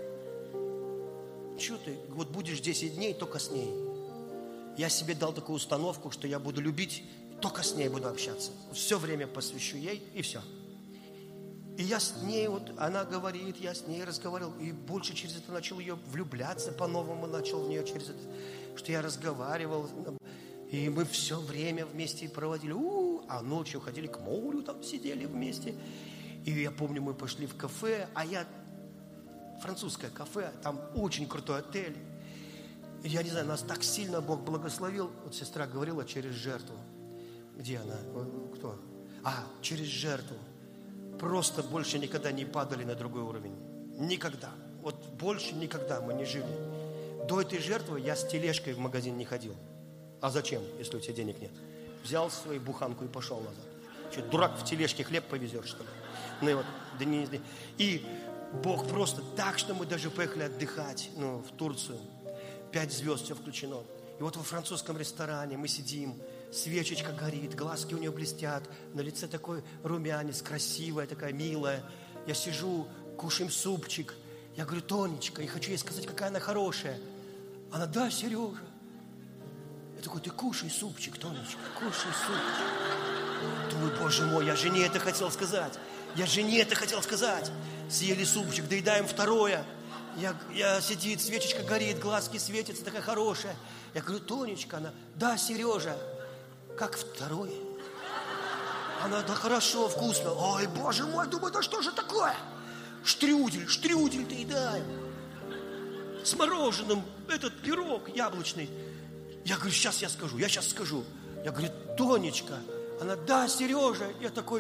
Что ты? Вот будешь десять дней только с ней. Я себе дал такую установку, что я буду любить, только с ней буду общаться. Все время посвящу ей, и все. И я с ней, вот она говорит, я с ней разговаривал, и больше через это начал ее влюбляться по-новому, начал в нее через это, что я разговаривал. И мы все время вместе проводили, у-у-у, а ночью ходили к морю, там сидели вместе. И я помню, мы пошли в кафе, а я, французское кафе, там очень крутой отель. И я не знаю, нас так сильно Бог благословил. Вот сестра говорила, через жертву. Где она? Кто? А, через жертву. Просто больше никогда не падали на другой уровень. Никогда. Вот больше никогда мы не жили. До этой жертвы я с тележкой в магазин не ходил. А зачем, если у тебя денег нет? Взял свою буханку и пошел назад. Что, дурак, в тележке хлеб повезешь, что ли? Ну и вот, да не, не. И Бог просто так, что мы даже поехали отдыхать, ну, в Турцию. Пять звезд, все включено. И вот во французском ресторане мы сидим, свечечка горит, глазки у нее блестят, на лице такой румянец, красивая, такая милая. Я сижу, кушаем супчик. Я говорю, Тонечка, я хочу ей сказать, какая она хорошая. Она, да, Сережа. Я такой, ты кушай супчик, Тонечка, кушай супчик. Думаю, боже мой, я жене это хотел сказать. Я жене это хотел сказать. Съели супчик, доедаем второе. Я, я сидит, свечечка горит, глазки светятся, такая хорошая. Я говорю, Тонечка, она, да, Сережа, как второй? Она, да хорошо, вкусно. Ой, боже мой, думаю, да что же такое? Штрюдель, штрюдель доедаем. С мороженым, этот пирог яблочный. Я говорю, сейчас я скажу, я сейчас скажу. Я говорю, Тонечка, она, да, Сережа. Я такой,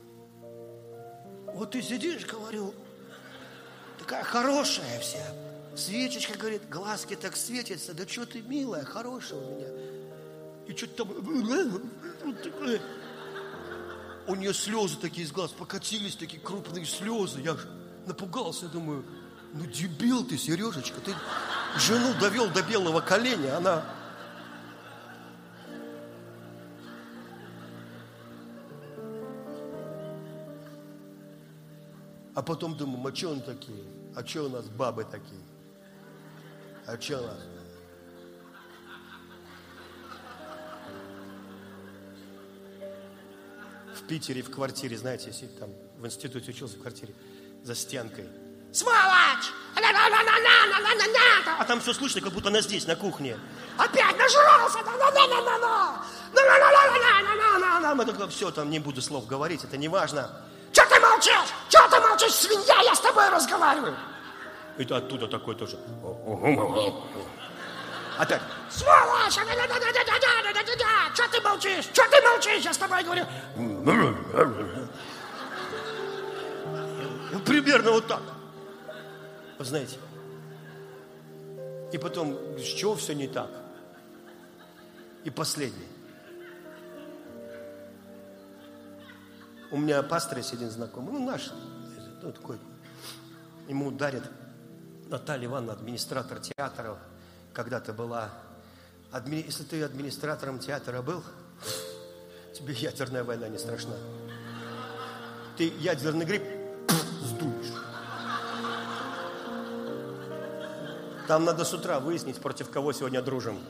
вот ты сидишь, говорю, такая хорошая вся. Свечечка, говорит, глазки так светятся. Да что ты, милая, хорошая у меня. И что-то там... У нее слезы такие из глаз покатились, такие крупные слезы. Я напугался, думаю, ну дебил ты, Сережечка. Ты жену довел до белого коленя. Она... А потом думаем, а что он такие? А что у нас бабы такие? А что у нас? В Питере в квартире, знаете, если там в институте учился в квартире, за стенкой. Сволочь! А там все слышно, как будто она здесь, на кухне. Опять нажрался! Мы только все, там не буду слов говорить, это не важно. Че ты молчишь? Че ты молчишь, свинья? Я с тобой разговариваю. Это оттуда такой тоже. Опять. Сволочь! Че ты молчишь? Че ты молчишь? Я с тобой говорю. Примерно вот так. Вы знаете. И потом, с чего все не так? И последний. У меня пастор есть один знакомый, ну наш, ну такой, ему дарит Наталья Ивановна, администратор театра, когда-то была. Адми... Если ты администратором театра был, тебе ядерная война не страшна. Ты ядерный гриб сдуешь. Там надо с утра выяснить, против кого сегодня дружим.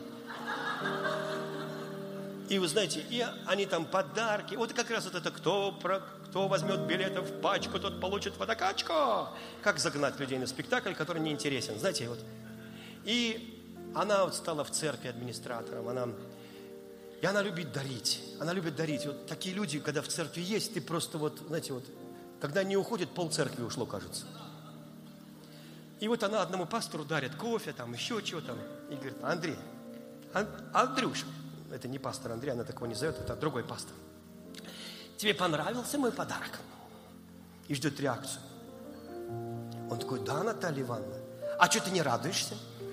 И вы знаете, и они там подарки. Вот как раз вот это, кто, про, кто возьмет билеты в пачку, тот получит водокачку. Как загнать людей на спектакль, который не интересен. Знаете, вот. И она вот стала в церкви администратором. Она, и она любит дарить. Она любит дарить. Вот такие люди, когда в церкви есть, ты просто вот, знаете, вот, когда они уходят, пол церкви ушло, кажется. И вот она одному пастору дарит кофе, там, еще чего там. И говорит, Андрей, Ан- Андрюша, это не пастор Андрей, она такого не зовет, это другой пастор. Тебе понравился мой подарок? И ждет реакцию. Он такой, да, Наталья Ивановна. А что ты не радуешься?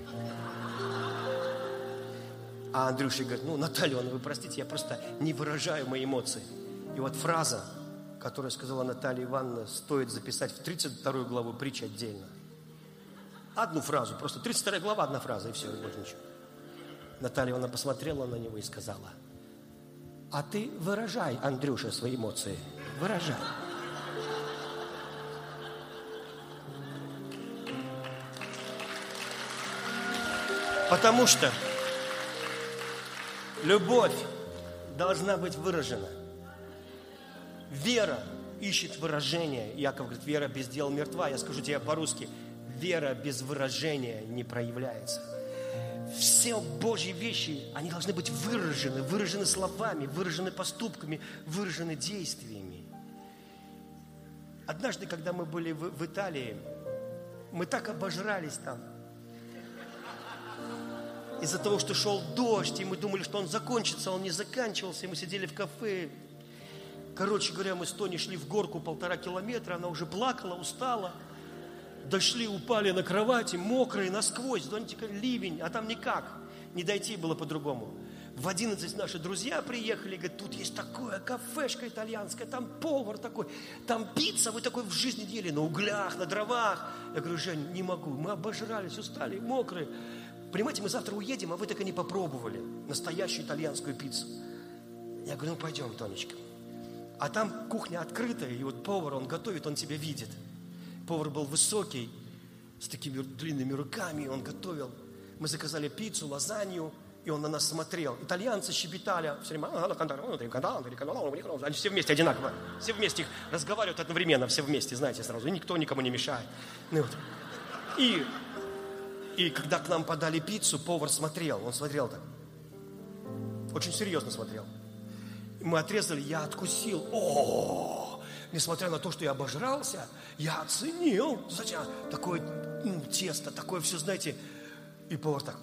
А Андрюша говорит, ну, Наталья Ивановна, вы простите, я просто не выражаю мои эмоции. И вот фраза, которую сказала Наталья Ивановна, стоит записать в тридцать вторую главу притчи отдельно. Одну фразу, просто тридцать вторая глава, одна фраза, и все, и больше ничего. Наталья Ивановна посмотрела на него и сказала, а ты выражай, Андрюша, свои эмоции. Выражай. Потому что любовь должна быть выражена. Вера ищет выражение. Яков говорит, вера без дел мертва. Я скажу тебе по-русски, вера без выражения не проявляется. Все Божьи вещи, они должны быть выражены, выражены словами, выражены поступками, выражены действиями. Однажды, когда мы были в, в Италии, мы так обожрались там. Из-за того, что шел дождь, и мы думали, что он закончится, он не заканчивался, и мы сидели в кафе. Короче говоря, мы с Тони шли в горку полтора километра, она уже плакала, устала. Дошли, упали на кровати, мокрые насквозь, зонтика ливень, а там никак, не дойти было по-другому. В одиннадцать наши друзья приехали, говорят, тут есть такое кафешка итальянская, там повар такой, там пицца, вы такой в жизни не ели, на углях, на дровах. Я говорю, Жень, не могу, мы обожрались, устали, мокрые. Понимаете, мы завтра уедем, а вы так и не попробовали настоящую итальянскую пиццу. Я говорю, ну пойдем, Тонечка. А там кухня открытая, и вот повар, он готовит, он тебя видит. Повар был высокий, с такими длинными руками, он готовил. Мы заказали пиццу, лазанью, и он на нас смотрел. Итальянцы щебетали, все время, они все вместе одинаково, все вместе их разговаривают одновременно, все вместе, знаете, сразу, и никто никому не мешает. Ну, вот. И, и когда к нам подали пиццу, повар смотрел, он смотрел так, очень серьезно смотрел. Мы отрезали, я откусил, о-о-о! Несмотря на то, что я обожрался, я оценил. Зачем? Такое ну, тесто, такое все, знаете. И повар так.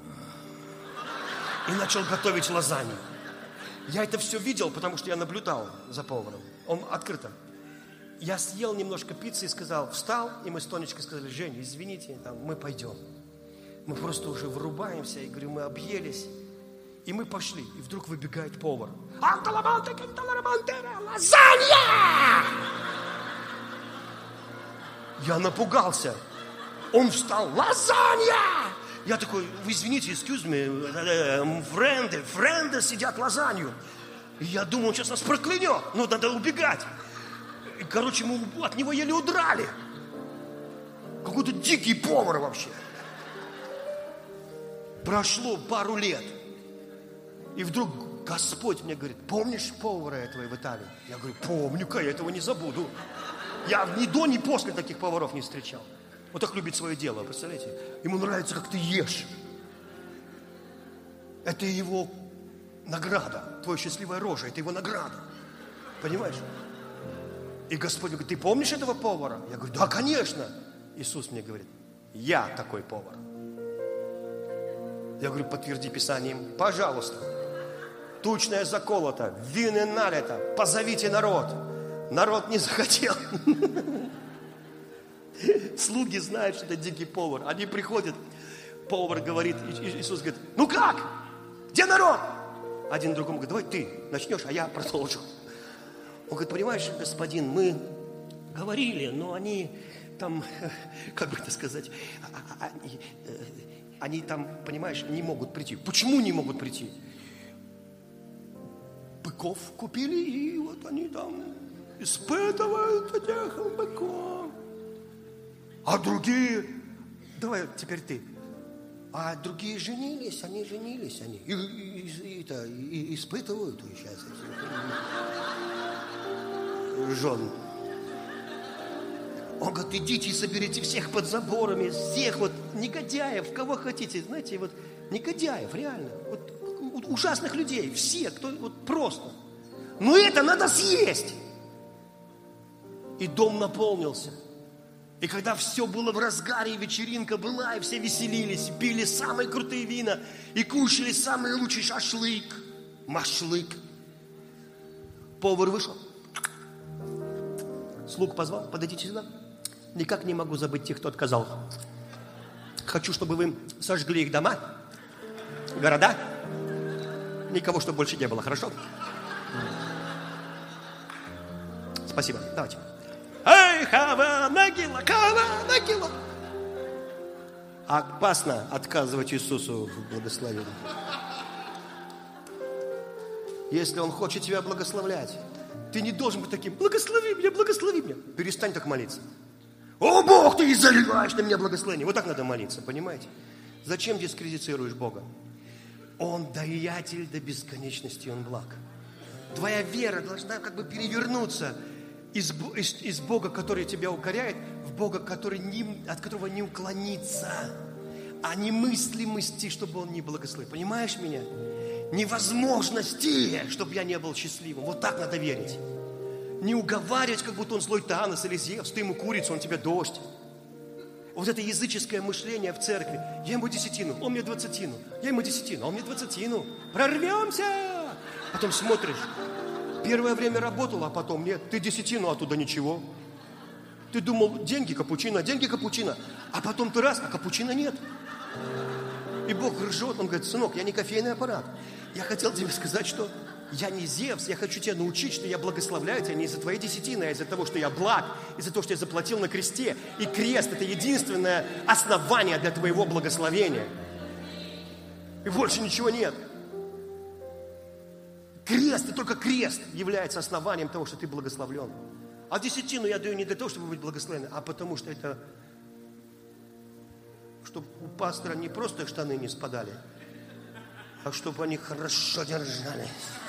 И начал готовить лазанью. Я это все видел, потому что я наблюдал за поваром. Он открыто. Я съел немножко пиццы и сказал, встал, и мы с Тонечкой сказали, Жень, извините, там, мы пойдем. Мы просто уже вырубаемся, и говорю, мы объелись. И мы пошли, и вдруг выбегает повар. Лазанья! Я напугался. Он встал, лазанья! Я такой, вы извините, excuse me, френды, френды сидят лазанью. И я думаю, он сейчас нас проклянет. Ну, надо убегать. И, короче, мы от него еле удрали. Какой-то дикий повар вообще. Прошло пару лет. И вдруг Господь мне говорит: помнишь повара этого в Италии? Я говорю: помню-ка, я этого не забуду. Я ни до, ни после таких поваров не встречал. Вот так любит свое дело, представляете? Ему нравится, как ты ешь. Это его награда. Твоя счастливая рожа, это его награда. Понимаешь? И Господь говорит: ты помнишь этого повара? Я говорю: да, конечно. Иисус мне говорит: я такой повар. Я говорю: подтверди Писанием, пожалуйста. Тучное заколото, вины налито, позовите народ. Народ не захотел. Слуги знают, что это дикий повар. Они приходят, повар говорит, Иисус говорит: ну как? Где народ? Один другому говорит: давай ты начнешь, а я продолжу. Он говорит: понимаешь, господин, мы говорили, но они там, как бы это сказать, они, они там, понимаешь, не могут прийти. Почему не могут прийти? Быков купили, и вот они там испытывают этих быков. А другие, давай теперь ты. А другие женились, они женились, они и, и, и, и, и испытывают и сейчас жен. Он говорит: идите и соберите всех под заборами, всех вот негодяев, кого хотите, знаете, вот негодяев, реально, вот ужасных людей, все, кто вот просто. Но это надо съесть. И дом наполнился. И когда все было в разгаре, и вечеринка была, и все веселились, пили самые крутые вина, и кушали самый лучший шашлык, машлык. Повар вышел, слуг позвал: подойдите сюда. Никак не могу забыть тех, кто отказал. Хочу, чтобы вы сожгли их дома, города. Никого, чтобы больше не было, хорошо? Спасибо, давайте. Эй, хава, нагила, хава, нагила. Опасно отказывать Иисусу в благословении. Если Он хочет тебя благословлять, ты не должен быть таким: благослови меня, благослови меня. Перестань так молиться. О, Бог, ты изливаешь на меня благословение. Вот так надо молиться, понимаете? Зачем дискредитируешь Бога? Он даятель до бесконечности, Он благ. Твоя вера должна как бы перевернуться из, из, из Бога, который тебя укоряет, в Бога, который не, от которого не уклониться, а немыслимости, чтобы Он не благословил. Понимаешь меня? Невозможности, чтобы я не был счастливым. Вот так надо верить. Не уговаривать, как будто Он злой Танос или Зевс, ты ему курица, он тебе дождь. Вот это языческое мышление в церкви. Я ему десятину, он мне двадцатину. Я ему десятину, он мне двадцатину. Прорвемся! Потом смотришь, первое время работал, а потом нет. Ты десятину, оттуда ничего. Ты думал, деньги капучино, деньги капучино. А потом ты раз, а капучино нет. И Бог ржет, Он говорит: сынок, я не кофейный аппарат. Я хотел тебе сказать, что я не Зевс, я хочу тебя научить, что я благословляю тебя не из-за твоей десятины, а из-за того, что я благ, из-за того, что я заплатил на кресте. И крест – это единственное основание для твоего благословения. И больше ничего нет. Крест, и только крест является основанием того, что ты благословлен. А десятину я даю не для того, чтобы быть благословенным, а потому что это, чтобы у пастора не просто штаны не спадали, а чтобы они хорошо держались.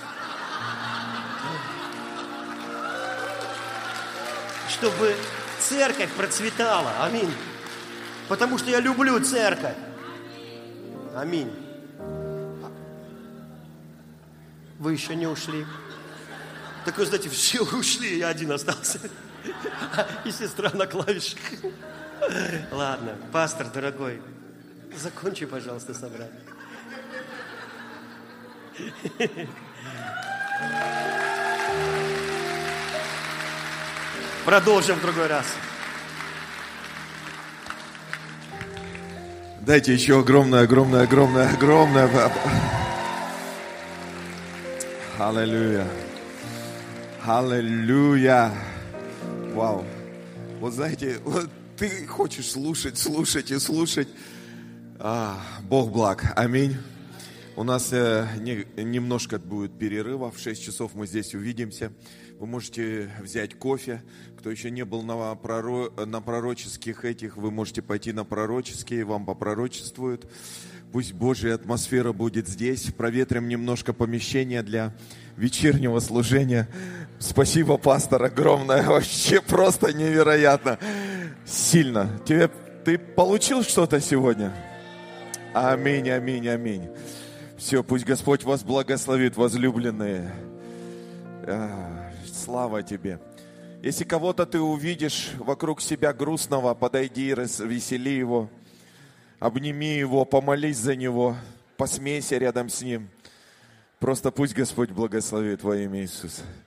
Чтобы церковь процветала. Аминь. Потому что я люблю церковь. Аминь. Вы еще не ушли. Так вы знаете, все ушли, я один остался. И сестра на клавишах. Ладно, пастор дорогой, закончи, пожалуйста, собрание. Продолжим в другой раз. Дайте еще огромное, огромное, огромное, огромное. Аллилуйя. Аллилуйя. Вау. Вот знаете, вот ты хочешь слушать, слушать и слушать. А, Бог благ. Аминь. У нас э, не, немножко будет перерыва. В шесть часов мы здесь увидимся. Вы можете взять кофе. Кто еще не был на, проро, на пророческих этих, вы можете пойти на пророческие, вам попророчествуют. Пусть Божья атмосфера будет здесь. Проветрим немножко помещение для вечернего служения. Спасибо, пастор, огромное. Вообще просто невероятно. Сильно. Тебе, ты получил что-то сегодня? Аминь, аминь, аминь. Все, пусть Господь вас благословит, возлюбленные. Слава тебе. Если кого-то ты увидишь вокруг себя грустного, подойди и развесели его. Обними его, помолись за него, посмейся рядом с ним. Просто пусть Господь благословит во имя Иисуса.